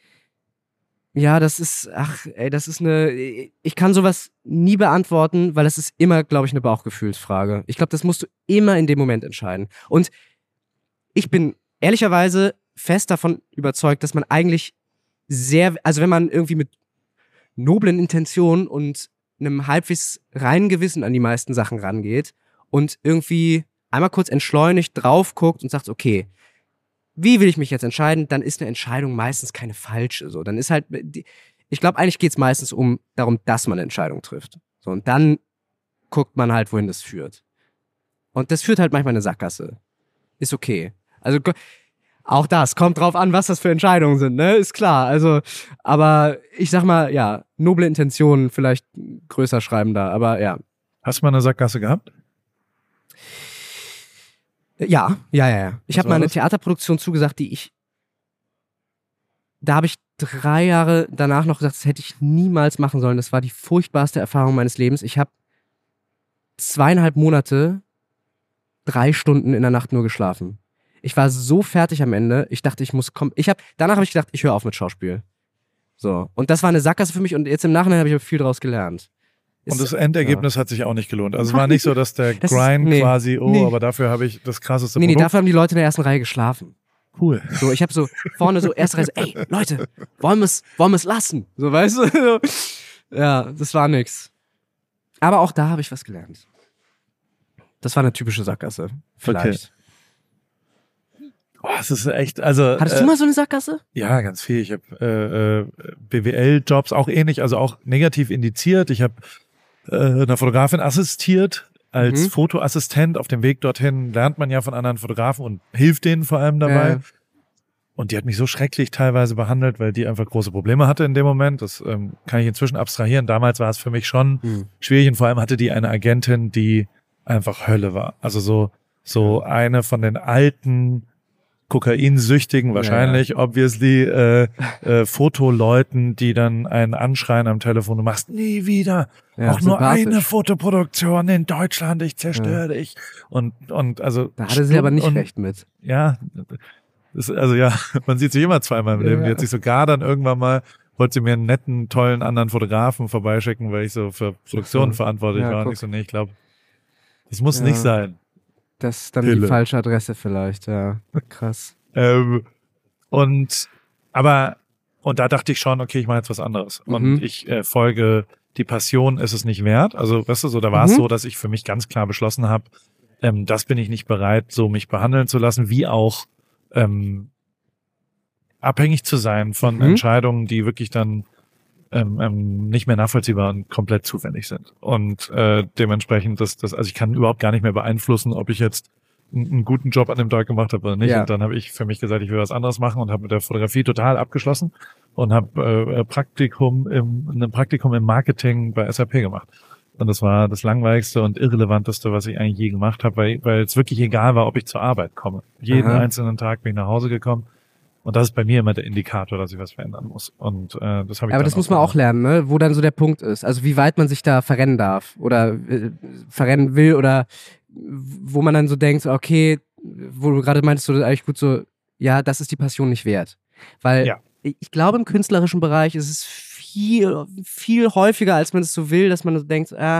ja, das ist, ach, ey, das ist eine, ich kann sowas nie beantworten, weil das ist immer, glaube ich, eine Bauchgefühlsfrage. Ich glaube, das musst du immer in dem Moment entscheiden. Und ich bin ehrlicherweise fest davon überzeugt, dass man eigentlich sehr, also wenn man irgendwie mit noblen Intentionen und einem halbwegs reinen Gewissen an die meisten Sachen rangeht und irgendwie einmal kurz entschleunigt drauf guckt und sagt, okay, wie will ich mich jetzt entscheiden, dann ist eine Entscheidung meistens keine falsche. So, dann ist halt, die, ich glaube, eigentlich geht es meistens um darum, dass man eine Entscheidung trifft. So, und dann guckt man halt, wohin das führt. Und das führt halt manchmal in eine Sackgasse. Ist okay. Also auch das kommt drauf an, was das für Entscheidungen sind, ne? Ist klar. Also, aber ich sag mal, ja, noble Intentionen vielleicht größer schreiben da, aber ja. Hast du mal eine Sackgasse gehabt? Ja, ja, ja, ja. Ich Was habe mal war eine das? Theaterproduktion zugesagt, die ich. Da habe ich drei Jahre danach noch gesagt, das hätte ich niemals machen sollen. Das war die furchtbarste Erfahrung meines Lebens. Ich habe zweieinhalb Monate, drei Stunden in der Nacht nur geschlafen. Ich war so fertig am Ende. Ich dachte, ich muss kommen. Ich habe danach habe ich gedacht, ich höre auf mit Schauspiel. So, und das war eine Sackgasse für mich und jetzt im Nachhinein habe ich viel daraus gelernt. Und Ist- das Endergebnis hat sich auch nicht gelohnt. Also es war nicht so, dass der Das ist- Grind nee, quasi, oh, nee. aber dafür habe ich das krasseste Nee, nee, Produkt. dafür haben die Leute in der ersten Reihe geschlafen. Cool. So, ich habe so vorne so erste Reihe so, ey, Leute, wollen wir es wollen wir's lassen? So, weißt du? So. Ja, das war nix. Aber auch da habe ich was gelernt. Das war eine typische Sackgasse. Vielleicht. Oh, es ist echt, also Hattest äh, du mal so eine Sackgasse? ja, ganz viel. Ich habe äh, äh, B W L-Jobs auch ähnlich, also auch negativ indiziert. Ich habe äh, einer Fotografin assistiert als Mhm. Fotoassistent. Auf dem Weg dorthin lernt man ja von anderen Fotografen und hilft denen vor allem dabei. Ja. Und die hat mich so schrecklich teilweise behandelt, weil die einfach große Probleme hatte in dem Moment. Das ähm, kann ich inzwischen abstrahieren. Damals war es für mich schon Mhm. schwierig und vor allem hatte die eine Agentin, die einfach Hölle war. Also so so eine von den alten Kokainsüchtigen wahrscheinlich, obviously, äh, äh, Fotoleuten, die dann einen anschreien am Telefon, du machst nie wieder, Ja, auch nur sympathisch. eine Fotoproduktion in Deutschland, ich zerstöre dich. Und, und also. Da hatte sie aber nicht und, recht mit. Ja, das, also ja, man sieht sich immer zweimal im Leben. Ja. Die hat sich sogar dann irgendwann mal, wollte sie mir einen netten, tollen anderen Fotografen vorbeischicken, weil ich so für Produktionen verantwortlich Ja, war. Und guck. ich so, nee, ich glaube, das muss Ja. nicht sein. Das ist dann Pille. die falsche Adresse vielleicht, ja. Krass. Ähm, und, aber, und da dachte ich schon, okay, ich mache jetzt was anderes. Mhm. Und ich äh, folge, die Passion ist es nicht wert. Also, weißt du, so, da war es Mhm. so, dass ich für mich ganz klar beschlossen habe, ähm, das bin ich nicht bereit, so mich behandeln zu lassen, wie auch ähm, abhängig zu sein von Mhm. Entscheidungen, die wirklich dann ähm, ähm, nicht mehr nachvollziehbar und komplett zufällig sind. Und äh, dementsprechend, das, das, also ich kann überhaupt gar nicht mehr beeinflussen, ob ich jetzt einen, einen guten Job an dem Tag gemacht habe oder nicht. Ja. Und dann habe ich für mich gesagt, ich will was anderes machen und habe mit der Fotografie total abgeschlossen und habe äh, Praktikum im, ein Praktikum im Marketing bei S A P gemacht. Und das war das langweiligste und irrelevanteste, was ich eigentlich je gemacht habe, weil, weil es wirklich egal war, ob ich zur Arbeit komme. Jeden Aha. einzelnen Tag bin ich nach Hause gekommen. Und das ist bei mir immer der Indikator, dass ich was verändern muss. Und äh, das habe ich Aber dann das muss man auch lernen, ne? Wo dann so der Punkt ist. Also wie weit man sich da verrennen darf oder äh, verrennen will oder wo man dann so denkt, so, okay, wo du gerade meintest, so eigentlich gut so, ja, das ist die Passion nicht wert. Weil Ja. ich, ich glaube, im künstlerischen Bereich ist es viel, viel häufiger, als man es so will, dass man so denkt, ah,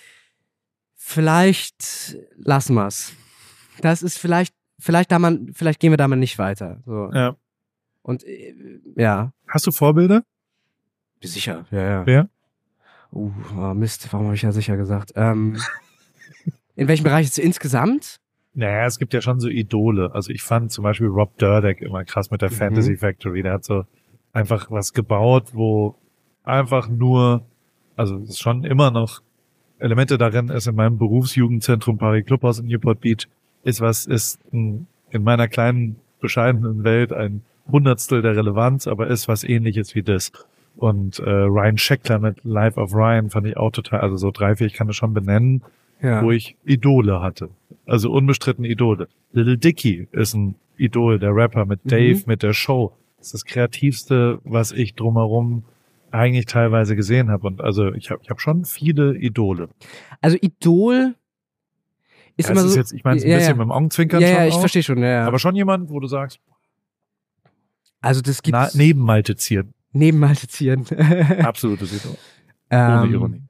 vielleicht lassen wir's. Das ist vielleicht, vielleicht da man, vielleicht gehen wir da mal nicht weiter. So. Ja. Und äh, ja. Hast du Vorbilder? Sicher, ja, ja. Wer? Uh, oh Mist, warum habe ich ja sicher gesagt? Ähm, in welchem Bereich ist es insgesamt? Naja, es gibt ja schon so Idole. Also ich fand zum Beispiel Rob Dyrdek immer krass mit der Mhm. Fantasy Factory. Der hat so einfach was gebaut, wo einfach nur, also es ist schon immer noch Elemente darin ist in meinem Berufsjugendzentrum Paris Clubhaus in Newport Beach, ist was, ist ein, in meiner kleinen, bescheidenen Welt ein Hundertstel der Relevanz, aber ist was ähnliches wie das. Und äh, Ryan Scheckler mit Life of Ryan fand ich auch total, also so drei, vier, ich kann das schon benennen, Ja. wo ich Idole hatte. Also unbestritten Idole. Little Dicky ist ein Idol, der Rapper mit Dave, Mhm. mit der Show. Das ist das Kreativste, was ich drumherum eigentlich teilweise gesehen habe. Und also ich habe ich hab schon viele Idole. Also Idol ist Ja, immer es ist so. jetzt, ich meine, es ist ein ja, bisschen ja. mit dem Augenzwinkern Ja, schon ja, ich auch, verstehe schon, ja, ja. aber schon jemand, wo du sagst, also das gibt na, neben Malte Zieren. neben Malte Zieren. Absolutes Idol. Ohne ähm, Ironie.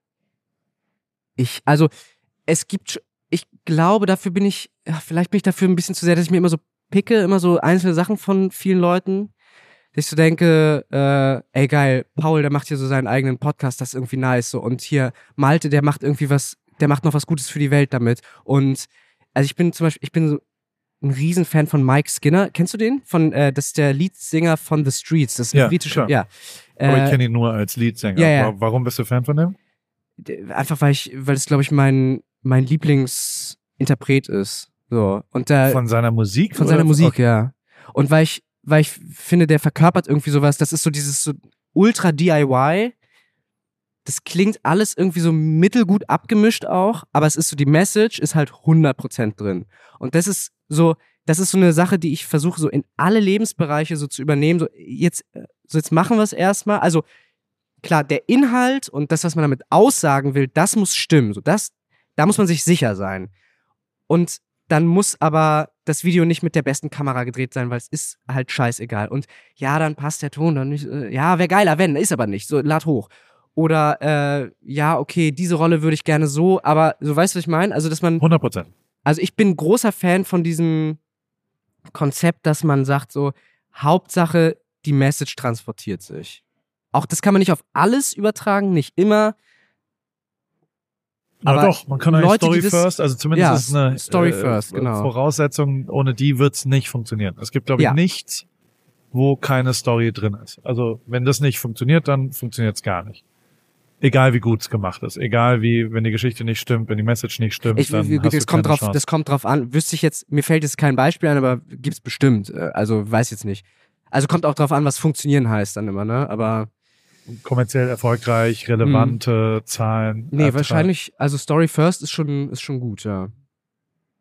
Ich, also es gibt, sch- ich glaube, dafür bin ich, ja, vielleicht bin ich dafür ein bisschen zu sehr, dass ich mir immer so picke, immer so einzelne Sachen von vielen Leuten, dass ich so denke, äh, ey geil, Paul, der macht hier so seinen eigenen Podcast, das ist irgendwie nice, so, und hier Malte, der macht irgendwie was, der macht noch was Gutes für die Welt damit. Und also ich bin zum Beispiel, ich bin so ein Riesenfan von Mike Skinner. Kennst du den? Von, äh, das ist der Leadsänger von The Streets. Das ist ein Ja, britischer, klar. ja. Aber ich Äh, kenne ihn nur als Leadsänger. ja, ja. Wa- Warum bist du Fan von dem? d- einfach weil ich, weil es, glaube ich, mein, mein Lieblingsinterpret ist. So. Und da, Von seiner Musik? Von oder? seiner Musik, Okay. ja. Und weil ich, weil ich finde, der verkörpert irgendwie sowas, das ist so dieses so ultra D I Y. Das klingt alles irgendwie so mittelgut abgemischt auch, aber es ist so, die Message ist halt hundert Prozent drin. Und das ist so, das ist so eine Sache, die ich versuche so in alle Lebensbereiche so zu übernehmen. So jetzt, äh, so jetzt machen wir es erstmal. Also klar, der Inhalt und das, was man damit aussagen will, das muss stimmen. So das, da muss man sich sicher sein. Und dann muss aber das Video nicht mit der besten Kamera gedreht sein, weil es ist halt scheißegal. Und ja, dann passt der Ton dann nicht. Äh, ja, wäre geiler, wenn, ist aber nicht. So, lad hoch. Oder, äh, ja, okay, diese Rolle würde ich gerne so, aber so, weißt du, was ich meine? Also, dass man, hundert Prozent. also ich bin großer Fan von diesem Konzept, dass man sagt so, Hauptsache, die Message transportiert sich. Auch das kann man nicht auf alles übertragen, nicht immer. Aber Aber doch, man kann eigentlich Leute, die Story das- first, also zumindest Ja, ist es eine Story first, genau. Voraussetzung, ohne die wird's nicht funktionieren. Es gibt, glaube ich, Ja. nichts, wo keine Story drin ist. Also wenn das nicht funktioniert, dann funktioniert's gar nicht. Egal wie gut's gemacht ist, egal wie, wenn die Geschichte nicht stimmt, wenn die Message nicht stimmt, Ich, dann wie- hast das, du kommt keine drauf, Chance. das kommt drauf an. Wüsste ich jetzt, mir fällt jetzt kein Beispiel ein, aber gibt's bestimmt. Äh, Also weiß jetzt nicht. Also kommt auch drauf an, was funktionieren heißt dann immer, ne? Aber Kommerziell erfolgreich, relevante Zahlen. nee, Ertrag. wahrscheinlich, also Story First ist schon, ist schon gut, ja.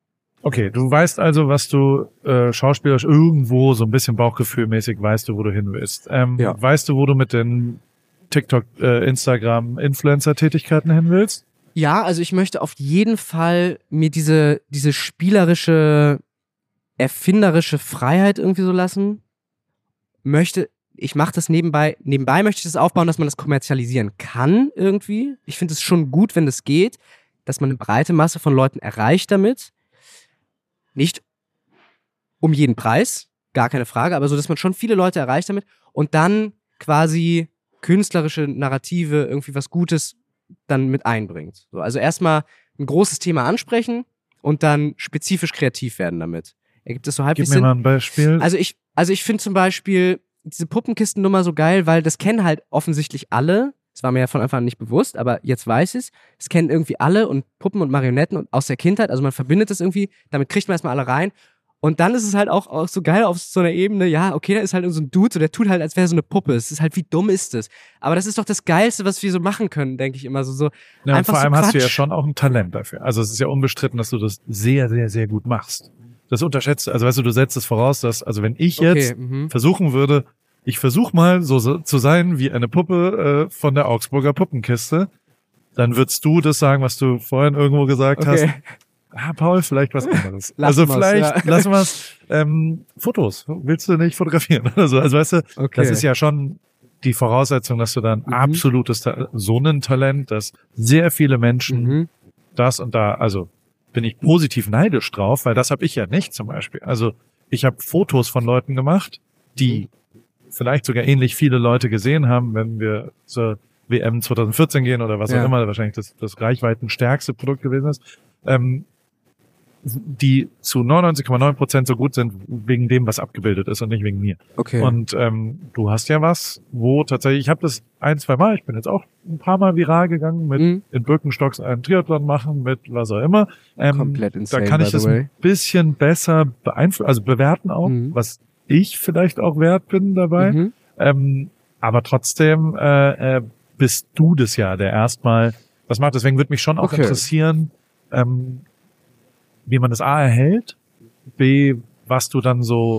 Okay, du weißt also, was du äh, schauspielerisch irgendwo so ein bisschen bauchgefühlmäßig weißt du, wo du hin willst. Ähm, Ja. Weißt du, wo du mit den TikTok, äh, Instagram, Influencer-Tätigkeiten hin willst? Ja, also ich möchte auf jeden Fall mir diese, diese spielerische, erfinderische Freiheit irgendwie so lassen. Möchte, ich mache das nebenbei, nebenbei möchte ich das aufbauen, dass man das kommerzialisieren kann irgendwie. Ich finde es schon gut, wenn das geht, dass man eine breite Masse von Leuten erreicht damit. Nicht um jeden Preis, gar keine Frage, aber so, dass man schon viele Leute erreicht damit und dann quasi künstlerische Narrative, irgendwie was Gutes dann mit einbringt. So, also erstmal ein großes Thema ansprechen und dann spezifisch kreativ werden damit. Ergibt das so Gib halbwegs mir Sinn? mal ein Beispiel. Also ich, also ich finde zum Beispiel diese Puppenkisten-Nummer so geil, weil das kennen halt offensichtlich alle. Das war mir ja von Anfang an nicht bewusst, aber jetzt weiß ich es. Es kennen irgendwie alle und Puppen und Marionetten und aus der Kindheit. Also man verbindet das irgendwie, damit kriegt man erstmal alle rein. Und dann ist es halt auch, auch so geil auf so einer Ebene, ja, okay, da ist halt so ein Dude, so der tut halt, als wäre so eine Puppe. Es ist halt, wie dumm ist das? Aber das ist doch das Geilste, was wir so machen können, denke ich immer. So, so ja, und einfach vor allem so hast du ja Quatsch. schon auch ein Talent dafür. Also es ist ja unbestritten, dass du das sehr, sehr, sehr gut machst. Das unterschätzt, also weißt du, du setzt es voraus, dass, also wenn ich jetzt Okay, mhm. versuchen würde, ich versuche mal so, so zu sein wie eine Puppe äh, von der Augsburger Puppenkiste, dann würdest du das sagen, was du vorhin irgendwo gesagt hast. Okay. Ah, Paul, vielleicht was anderes. Lassen also wir's, vielleicht ja. lassen wir es. Ähm, Fotos. Willst du nicht fotografieren oder so? Also weißt du, Okay. das ist ja schon die Voraussetzung, dass du dann Mhm. absolutes Ta- so ein Talent, dass sehr viele Menschen Mhm. das und da, also bin ich positiv neidisch drauf, weil das habe ich ja nicht zum Beispiel. Also ich habe Fotos von Leuten gemacht, die vielleicht sogar ähnlich viele Leute gesehen haben, wenn wir zur W M zwanzig vierzehn gehen oder was Ja. auch immer, wahrscheinlich das, das reichweitenstärkste Produkt gewesen ist, ähm, die zu neunundneunzig Komma neun Prozent so gut sind wegen dem, was abgebildet ist und nicht wegen mir. Okay. Und ähm, du hast ja was, wo tatsächlich, ich habe das ein, zwei Mal, ich bin jetzt auch ein paar Mal viral gegangen mit Mhm. in Birkenstocks einen Triathlon machen, mit was auch immer. Ähm, Komplett da insane, kann by ich the das way. ein bisschen besser beeinflussen, also bewerten auch, Mhm. was ich vielleicht auch wert bin dabei. Mhm. Ähm, aber trotzdem äh, äh, bist du das ja, der erstmal was macht. Deswegen würde mich schon auch Okay. interessieren, ähm, wie man das A erhält, B, was du dann so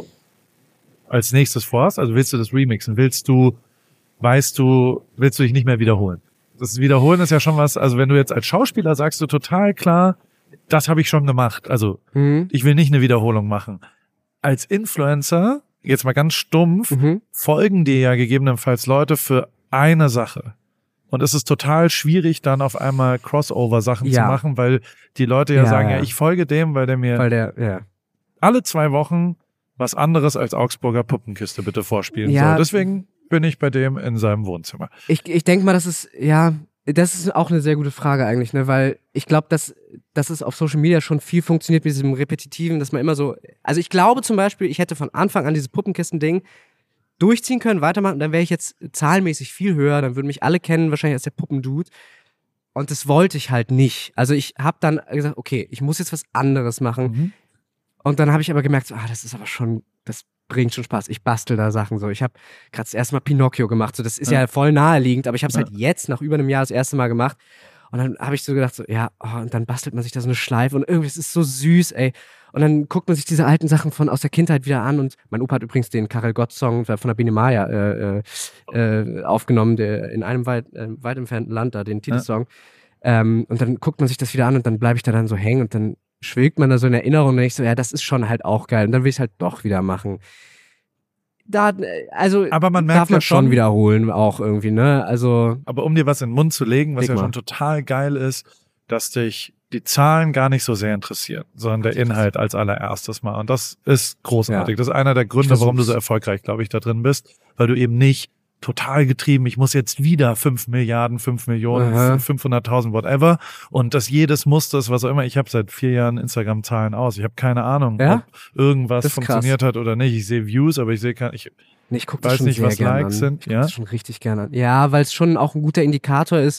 als nächstes vorhast. Also willst du das remixen? Willst du, weißt du, willst du dich nicht mehr wiederholen? Das Wiederholen ist ja schon was, also wenn du jetzt als Schauspieler sagst du total klar, das habe ich schon gemacht. Also Mhm. ich will nicht eine Wiederholung machen. Als Influencer, jetzt mal ganz stumpf, Mhm. folgen dir ja gegebenenfalls Leute für eine Sache. Und es ist total schwierig, dann auf einmal Crossover-Sachen Ja. zu machen, weil die Leute ja, Ja, sagen, ja, ja. ich folge dem, weil der mir Weil der, ja. alle zwei Wochen was anderes als Augsburger Puppenkiste bitte vorspielen Ja. soll. Deswegen bin ich bei dem in seinem Wohnzimmer. Ich, ich denke mal, das ist, ja, das ist auch eine sehr gute Frage eigentlich, ne, weil ich glaube, dass, dass es auf Social Media schon viel funktioniert mit diesem Repetitiven, dass man immer so, also ich glaube zum Beispiel, ich hätte von Anfang an dieses Puppenkisten-Ding durchziehen können, weitermachen, dann wäre ich jetzt zahlenmäßig viel höher, dann würden mich alle kennen, wahrscheinlich als der Puppendude. Und das wollte ich halt nicht. Also ich habe dann gesagt, okay, ich muss jetzt was anderes machen. Mhm. Und dann habe ich aber gemerkt, so, ah, das ist aber schon, das bringt schon Spaß. Ich bastel da Sachen so. Ich habe gerade das erste Mal Pinocchio gemacht. So, das ist ja, Ja. voll naheliegend, aber ich habe es Ja. halt jetzt nach über einem Jahr das erste Mal gemacht. Und dann habe ich so gedacht, so, ja, oh, und dann bastelt man sich da so eine Schleife und irgendwie, es ist so süß, ey. Und dann guckt man sich diese alten Sachen von aus der Kindheit wieder an und mein Opa hat übrigens den Karel Gott-Song von der Biene Maya äh, äh, äh, aufgenommen, der in einem weit, äh, weit entfernten Land da, den Titelsong. Ähm, und dann guckt man sich das wieder an und dann bleibe ich da dann so hängen und dann schwelgt man da so in Erinnerung und ich so, ja, das ist schon halt auch geil. Und dann will ich es halt doch wieder machen. Da, äh, also Aber man merkt darf man ja schon schon- wiederholen auch irgendwie, ne? Also, Aber um dir was in den Mund zu legen, was Leg ja mal. schon total geil ist, dass dich die Zahlen gar nicht so sehr interessieren, sondern der Inhalt als allererstes mal. Und das ist großartig. Ja. Das ist einer der Gründe, versuch's. warum du so erfolgreich, glaube ich, da drin bist, weil du eben nicht total getrieben, ich muss jetzt wieder fünf Milliarden, fünf Millionen, Aha. fünfhunderttausend, whatever. Und dass jedes Muster ist, was auch immer. Ich habe seit vier Jahren Instagram-Zahlen aus. Ich habe keine Ahnung, Ja? ob irgendwas Das ist krass. funktioniert hat oder nicht. Ich sehe Views, aber ich sehe kein, ich, nee, ich gucke das weiß schon nicht, sehr was gern Likes an. sind, Ich guck ja? das schon richtig gerne an. Ja, weil es schon auch ein guter Indikator ist.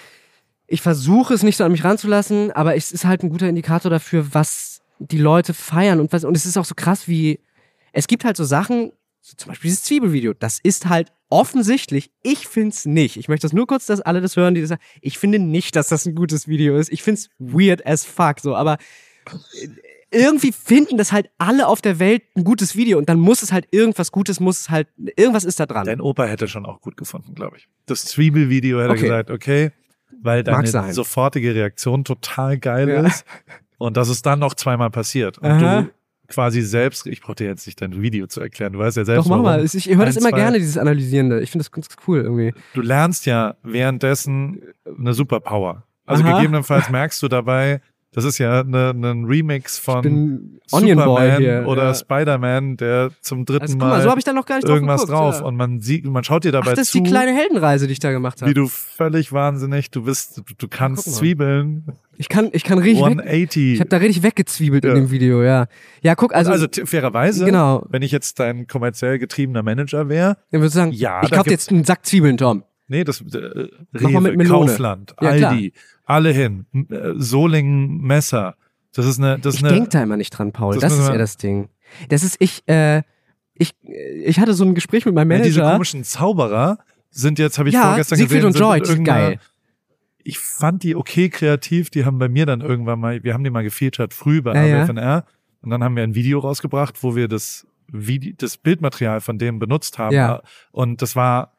Ich versuche es nicht so an mich ranzulassen, aber es ist halt ein guter Indikator dafür, was die Leute feiern und was, und es ist auch so krass, wie, es gibt halt so Sachen, so zum Beispiel dieses Zwiebelvideo, das ist halt offensichtlich, ich find's nicht. Ich möchte das nur kurz, dass alle das hören, die das sagen. Ich finde nicht, dass das ein gutes Video ist. Ich find's weird as fuck, so, aber äh, irgendwie finden das halt alle auf der Welt ein gutes Video und dann muss es halt irgendwas Gutes, muss es halt, irgendwas ist da dran. Dein Opa hätte schon auch gut gefunden, glaube ich. Das Zwiebelvideo hätte Okay. gesagt, okay, weil Mag deine sein. sofortige Reaktion total geil Ja. ist und dass es dann noch zweimal passiert. Und Aha. du quasi selbst, ich brauche dir jetzt nicht dein Video zu erklären, du weißt ja selbst, Doch, mach mal. warum. Ich, ich höre das Ein, immer zwei- gerne, dieses Analysierende. Ich finde das ganz cool irgendwie. Du lernst ja währenddessen eine Superpower. Also Aha. gegebenenfalls merkst du dabei, das ist ja eine, ein Remix Ich von bin Onion Boy Superman hier. oder ja. Spider-Man, der zum dritten Also, guck Mal, mal, so habe ich da noch gar nicht drauf irgendwas geguckt, drauf ja. und man sieht, man schaut dir dabei Ach, das ist zu, die kleine Heldenreise, die ich da gemacht wie habe. du völlig wahnsinnig, du bist, du, du kannst guck mal. Zwiebeln, Ich kann, ich kann richtig weg, hundertachtzig. ich habe da richtig weggezwiebelt Ja. in dem Video, ja. Ja, guck, also, Also, t- fairerweise, genau. wenn ich jetzt dein kommerziell getriebener Manager wäre, dann würdest du sagen, Ja, ich da kauf gibt's- jetzt einen Sack Zwiebeln, Tom. nee, das äh, Mach mal Rewe, mit Melone. Kaufland, Ja, klar. Aldi, alle hin, M- äh, Solingen, Messer. Das ist eine, das ist Ich eine, denk da immer nicht dran, Paul. das Das, müssen ist wir- eher das Ding. Das ist, ich, äh, ich, ich hatte so ein Gespräch mit meinem ja, diese Manager. komischen Zauberer sind jetzt, habe ich Ja, vorgestern Siegfried gesehen, und sind Joy, in die sind irgendeiner- geil. Ich fand die okay kreativ, die haben bei mir dann irgendwann mal, wir haben die mal gefeatured früh bei Ja, A ja. W F N R und dann haben wir ein Video rausgebracht, wo wir das Video, das Bildmaterial von dem benutzt haben Ja. und das war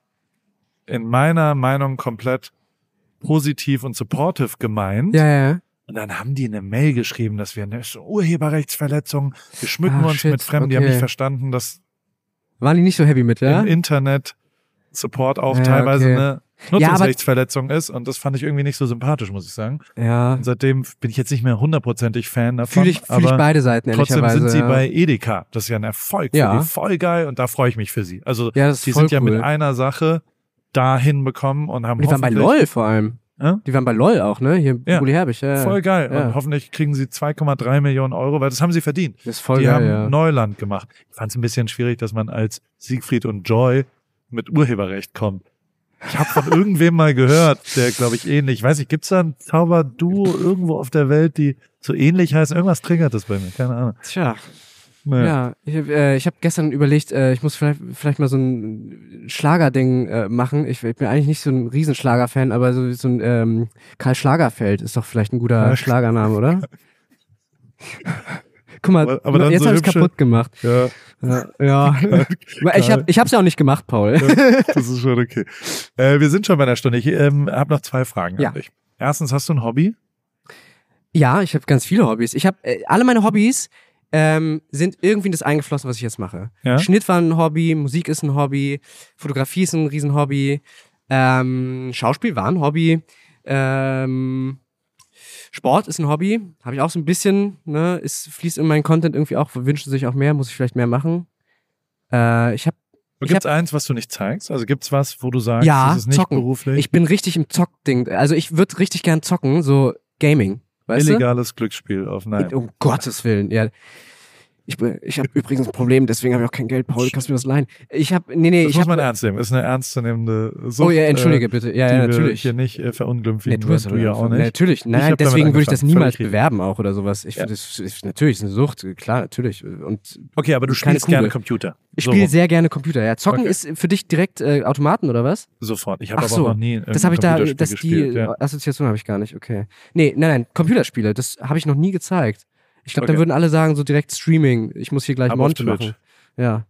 in meiner Meinung komplett positiv und supportive gemeint. Ja, ja. Und dann haben die eine Mail geschrieben, dass wir eine Urheberrechtsverletzung, wir schmücken Ah, uns shit, mit Fremden, die haben okay. nicht verstanden, dass Waren die nicht so happy mit, ja? im Internet Support auch Ja, teilweise okay. eine Nutzungsrechtsverletzung ist und das fand ich irgendwie nicht so sympathisch, muss ich sagen. Ja. Und seitdem bin ich jetzt nicht mehr hundertprozentig Fan davon. Fühle ich, fühl ich aber beide Seiten, trotzdem ehrlicherweise. sind sie ja. bei Edeka. Das ist ja ein Erfolg Ja. für die. Voll geil und da freue ich mich für sie. Also Ja, das ist die voll sind ja cool. mit einer Sache dahin bekommen und haben Die waren bei hoffentlich- LOL vor allem. Ja? Die waren bei LOL auch, ne? Hier, Ja. Uli Herbig, ja. Voll geil. Ja. Und hoffentlich kriegen sie zwei Komma drei Millionen Euro, weil das haben sie verdient. Das ist voll die geil, haben ja. Neuland gemacht. Ich fand es ein bisschen schwierig, dass man als Siegfried und Joy mit Urheberrecht kommt. Ich habe von irgendwem mal gehört, der, glaube ich, ähnlich. Ich weiß nicht, gibt's da ein Zauberduo irgendwo auf der Welt, die so ähnlich heißen? Irgendwas triggert das bei mir, keine Ahnung. Tja, Naja. ja. Ich, hab, äh, ich habe gestern überlegt, äh, ich muss vielleicht, vielleicht mal so ein Schlagerding äh, machen. Ich, ich bin eigentlich nicht so ein Riesenschlager-Fan, aber so, so ein ähm, Karl Schlagerfeld ist doch vielleicht ein guter Karl- Schlagername, oder? Guck mal, Aber- aber dann jetzt so habe ich hübsche- kaputt gemacht. Ja, Ja, ja. Aber ich habe ich hab's ja auch nicht gemacht, Paul. das ist schon okay. Äh, wir sind schon bei einer Stunde. Ich ähm, habe noch zwei Fragen Ja. an dich. Erstens, hast du ein Hobby? Ja, ich habe ganz viele Hobbys. Ich habe äh, alle meine Hobbys ähm, sind irgendwie in das eingeflossen, was ich jetzt mache. Ja? Schnitt war ein Hobby, Musik ist ein Hobby, Fotografie ist ein Riesenhobby, ähm, Schauspiel war ein Hobby, ähm, Sport ist ein Hobby, habe ich auch so ein bisschen, ne, ist, fließt in meinen Content irgendwie auch, wünschen sich auch mehr, muss ich vielleicht mehr machen. Äh, ich habe Ich Gibt es eins, was du nicht zeigst? Also gibt es was, wo du sagst, Ja, das ist nicht zocken. beruflich? Ich bin richtig im Zock-Ding, also ich würde richtig gern zocken, so Gaming, weißt du? Illegales Glücksspiel auf Nein. Um Gottes Willen, ja. Ich, ich habe übrigens ein Problem, deswegen habe ich auch kein Geld, Paul, kannst du mir das leihen? Ich habe, nee, nee, Das ich muss habe... man ernst nehmen. Das ist eine ernstzunehmende Sucht. Oh ja, entschuldige äh, bitte. Ja, die ja, wir natürlich. hier nicht äh, verunglimpfen. Nee, du, hast du ja auch nee, nicht. Natürlich, Ich nein, hab damit deswegen würde ich das angefangen. niemals Völlig richtig. bewerben auch oder sowas. Ich Ja. finde, das ist natürlich ist eine Sucht, klar, natürlich. Und Okay, aber du Keine spielst gerne Kugel. Computer. ich So spiele rum. sehr gerne Computer. Ja, zocken Okay. ist für dich direkt äh, Automaten oder was? Sofort. Ich habe Ach aber so, auch noch nie Das habe ich da, Computerspiel das gespielt. die Ja. Assoziation habe ich gar nicht. Okay. Nee, nein, nein, Computerspiele, das habe ich noch nie gezeigt. Ich glaube, Okay. dann würden alle sagen, so direkt Streaming. Ich muss hier gleich Aber auf Monte Twitch. machen. Ja.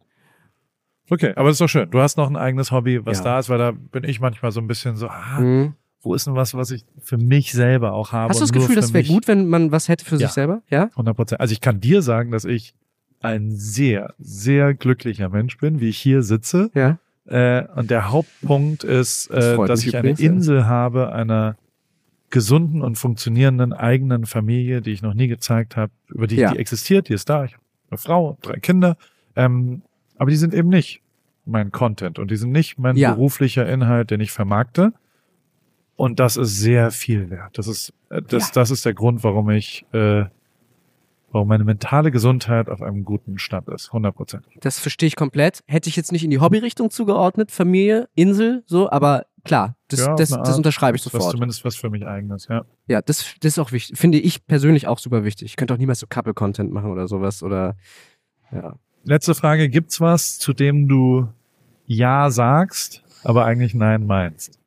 Okay, aber das ist doch schön. Du hast noch ein eigenes Hobby, was Ja. da ist, weil da bin ich manchmal so ein bisschen so, ah, Mhm. wo ist denn was, was ich für mich selber auch habe? Hast du das und nur Gefühl, für das wäre mich- gut, wenn man was hätte für Ja. sich selber? Ja? hundert Prozent. Also ich kann dir sagen, dass ich ein sehr, sehr glücklicher Mensch bin, wie ich hier sitze. Ja. Äh, und der Hauptpunkt ist, Das äh, freut dass mich ich eine übrigens, ja. Insel habe, einer gesunden und funktionierenden eigenen Familie, die ich noch nie gezeigt habe, über die, Ja. die existiert, die ist da. Ich habe eine Frau, drei Kinder, ähm, aber die sind eben nicht mein Content und die sind nicht mein Ja. beruflicher Inhalt, den ich vermarkte. Und das ist sehr viel wert. Das ist, äh, das, Ja. das ist der Grund, warum ich, äh, warum meine mentale Gesundheit auf einem guten Stand ist. hundert Prozent. Das verstehe ich komplett. Hätte ich jetzt nicht in die Hobbyrichtung zugeordnet, Familie, Insel, so, aber klar, das, Ja, auf das, eine das Art. unterschreibe ich Was sofort. zumindest was für mich eigenes, ja. Ja, das, das ist auch wichtig. Finde ich persönlich auch super wichtig. Ich könnte auch niemals so Couple-Content machen oder sowas oder, ja. Letzte Frage, gibt's was, zu dem du Ja sagst, aber eigentlich Nein meinst?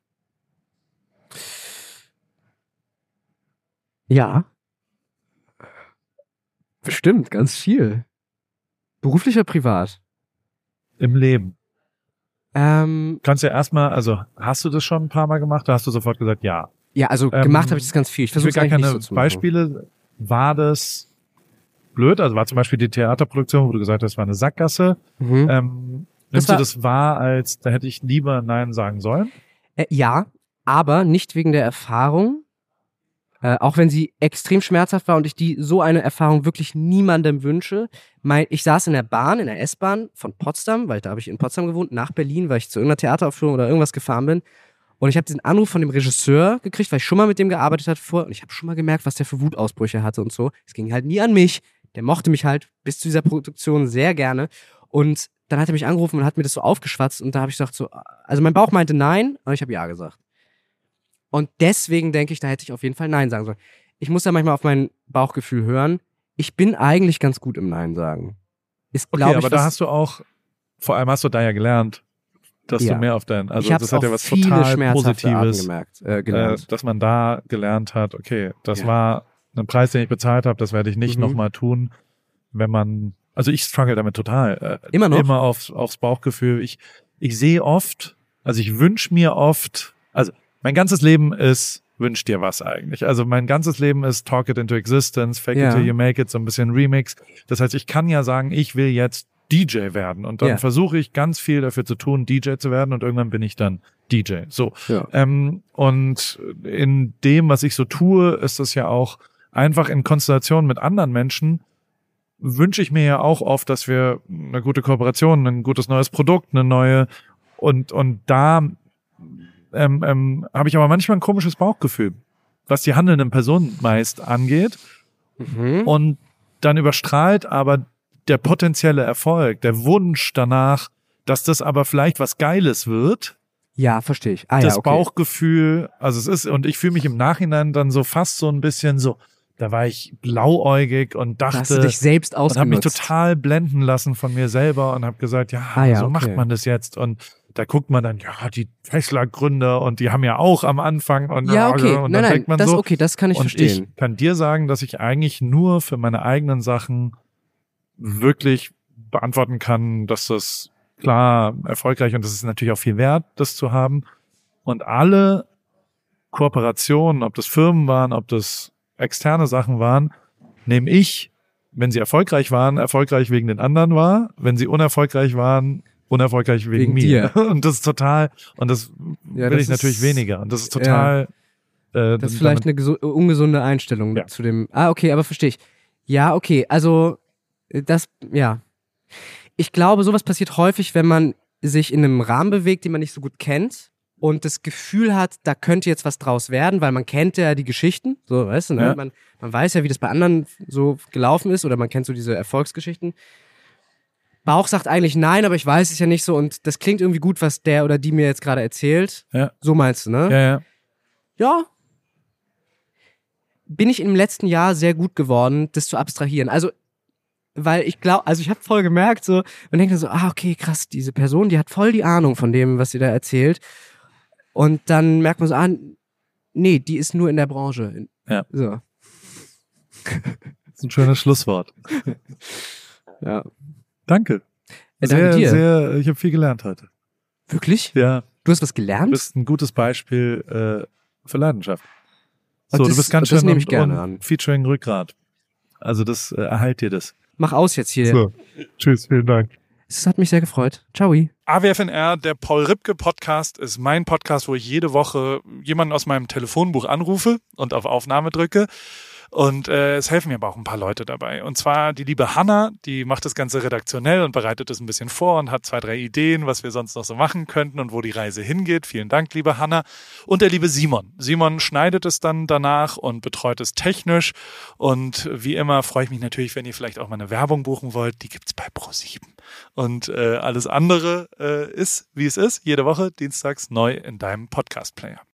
Ja. Bestimmt, ganz viel. Beruflich oder privat? Im Leben. Ähm, Kannst ja erstmal, also hast du das schon ein paar Mal gemacht? Da hast du sofort gesagt, ja. ja, also Ähm, gemacht habe ich das ganz viel. Ich Ich will versuche gar eigentlich keine nicht so zu machen. Beispiele. War das blöd? Also war zum Beispiel die Theaterproduktion, wo du gesagt hast, war eine Sackgasse. Mhm. Ähm, Das nimmst du war- das wahr, als da hätte ich lieber Nein sagen sollen? Äh, ja, aber nicht wegen der Erfahrung. Äh, auch wenn sie extrem schmerzhaft war und ich die so eine Erfahrung wirklich niemandem wünsche. Mein, ich saß in der Bahn, in der S-Bahn von Potsdam, weil da habe ich in Potsdam gewohnt, nach Berlin, weil ich zu irgendeiner Theateraufführung oder irgendwas gefahren bin. Und ich habe diesen Anruf von dem Regisseur gekriegt, weil ich schon mal mit dem gearbeitet hatte vorher. Und ich habe schon mal gemerkt, was der für Wutausbrüche hatte und so. Es ging halt nie an mich. Der mochte mich halt bis zu dieser Produktion sehr gerne. Und dann hat er mich angerufen und hat mir das so aufgeschwatzt. Und da habe ich gesagt so, also mein Bauch meinte nein, aber ich habe ja gesagt. Und deswegen denke ich, da hätte ich auf jeden Fall Nein sagen sollen. Ich muss da manchmal auf mein Bauchgefühl hören. Ich bin eigentlich ganz gut im Nein sagen. Ist, Okay, glaube ich, aber da was- hast du auch, vor allem hast du da ja gelernt, dass Ja. du mehr auf dein, also ich habe das hat auf ja was viele total schmerzhafte Arten Positives, gemerkt, äh, äh, gelernt. dass man da gelernt hat, okay, das Ja. war ein Preis, den ich bezahlt habe, das werde ich nicht Mhm. nochmal tun, wenn man, also ich struggle damit total. Äh, Immer noch? Immer aufs, aufs Bauchgefühl. Ich, ich sehe oft, also ich wünsche mir oft, also mein ganzes Leben ist, wünsch dir was eigentlich. Also mein ganzes Leben ist talk it into existence, fake Ja. it till you make it, so ein bisschen Remix. Das heißt, ich kann ja sagen, ich will jetzt D J werden und dann Ja. versuche ich ganz viel dafür zu tun, D J zu werden und irgendwann bin ich dann D J. So. Ja. Ähm, und in dem, was ich so tue, ist es ja auch einfach in Konstellation mit anderen Menschen, wünsche ich mir ja auch oft, dass wir eine gute Kooperation, ein gutes neues Produkt, eine neue und und da ähm, ähm, habe ich aber manchmal ein komisches Bauchgefühl, was die handelnden Personen meist angeht. Mhm. Und dann überstrahlt aber der potenzielle Erfolg, der Wunsch danach, dass das aber vielleicht was Geiles wird, Ja, verstehe ich. Ah, das ja, okay. Bauchgefühl, also es ist, und ich fühle mich im Nachhinein dann so fast so ein bisschen so, da war ich blauäugig und Da hast du dachte, dich selbst und habe mich ausgenutzt. total blenden lassen von mir selber und habe gesagt, ja, Ah, ja, so okay. macht man das jetzt. Und da guckt man dann, ja, die Tesla-Gründer und die haben ja auch am Anfang und, Ja, okay. und Nein, dann nein, denkt man das so. okay, das kann ich und verstehen. ich kann dir sagen, dass ich eigentlich nur für meine eigenen Sachen wirklich beantworten kann, dass das klar erfolgreich und das ist natürlich auch viel wert, das zu haben. Und alle Kooperationen, ob das Firmen waren, ob das externe Sachen waren, nehme ich, wenn sie erfolgreich waren, erfolgreich wegen den anderen wahr. Wenn sie unerfolgreich waren, unerfolgreich wegen, Wegen mir. dir. Und das ist total, und das Ja, will das ich natürlich ist- weniger. Und das ist total, äh, Das ist vielleicht eine gesu- ungesunde Einstellung Ja. zu dem. Ah, okay, aber verstehe ich. Ja, okay, also äh, das, ja. Ich glaube, sowas passiert häufig, wenn man sich in einem Rahmen bewegt, den man nicht so gut kennt und das Gefühl hat, da könnte jetzt was draus werden, weil man kennt ja die Geschichten, so, weißt du, ne? Ja. Man, man weiß ja, wie das bei anderen so gelaufen ist oder man kennt so diese Erfolgsgeschichten. Bauch sagt eigentlich nein, aber ich weiß es ja nicht so und das klingt irgendwie gut, was der oder die mir jetzt gerade erzählt. Ja. So meinst du, ne? ja, ja. Ja. Bin ich im letzten Jahr sehr gut geworden, das zu abstrahieren. Also, weil ich glaube, also ich habe voll gemerkt, so, man denkt dann so, ah, okay, krass, diese Person, die hat voll die Ahnung von dem, was sie da erzählt. Und dann merkt man so, ah, nee, die ist nur in der Branche. Ja. So. Das ist ein schönes Schlusswort. Ja. Danke. Ja, Sehr, danke dir. sehr, ich habe viel gelernt heute. Wirklich? Ja, Du hast was du gelernt? bist ein gutes Beispiel äh, für Leidenschaft. Und So, das- du bist ganz das schön nehme ich und, gerne und an. Featuring Rückgrat. Also das äh, erhalt dir das. Mach aus jetzt hier. So. Tschüss, vielen Dank. Es hat mich sehr gefreut. Ciao. A W F N R, der Paul Ripke Podcast, ist mein Podcast, wo ich jede Woche jemanden aus meinem Telefonbuch anrufe und auf Aufnahme drücke. Und äh, es helfen mir aber auch ein paar Leute dabei. Und zwar die liebe Hanna, die macht das Ganze redaktionell und bereitet es ein bisschen vor und hat zwei, drei Ideen, was wir sonst noch so machen könnten und wo die Reise hingeht. Vielen Dank, liebe Hanna. Und der liebe Simon. Simon schneidet es dann danach und betreut es technisch. Und wie immer freue ich mich natürlich, wenn ihr vielleicht auch mal eine Werbung buchen wollt. Die gibt's bei ProSieben. Und äh, alles andere äh, ist, wie es ist, jede Woche dienstags neu in deinem Podcast-Player.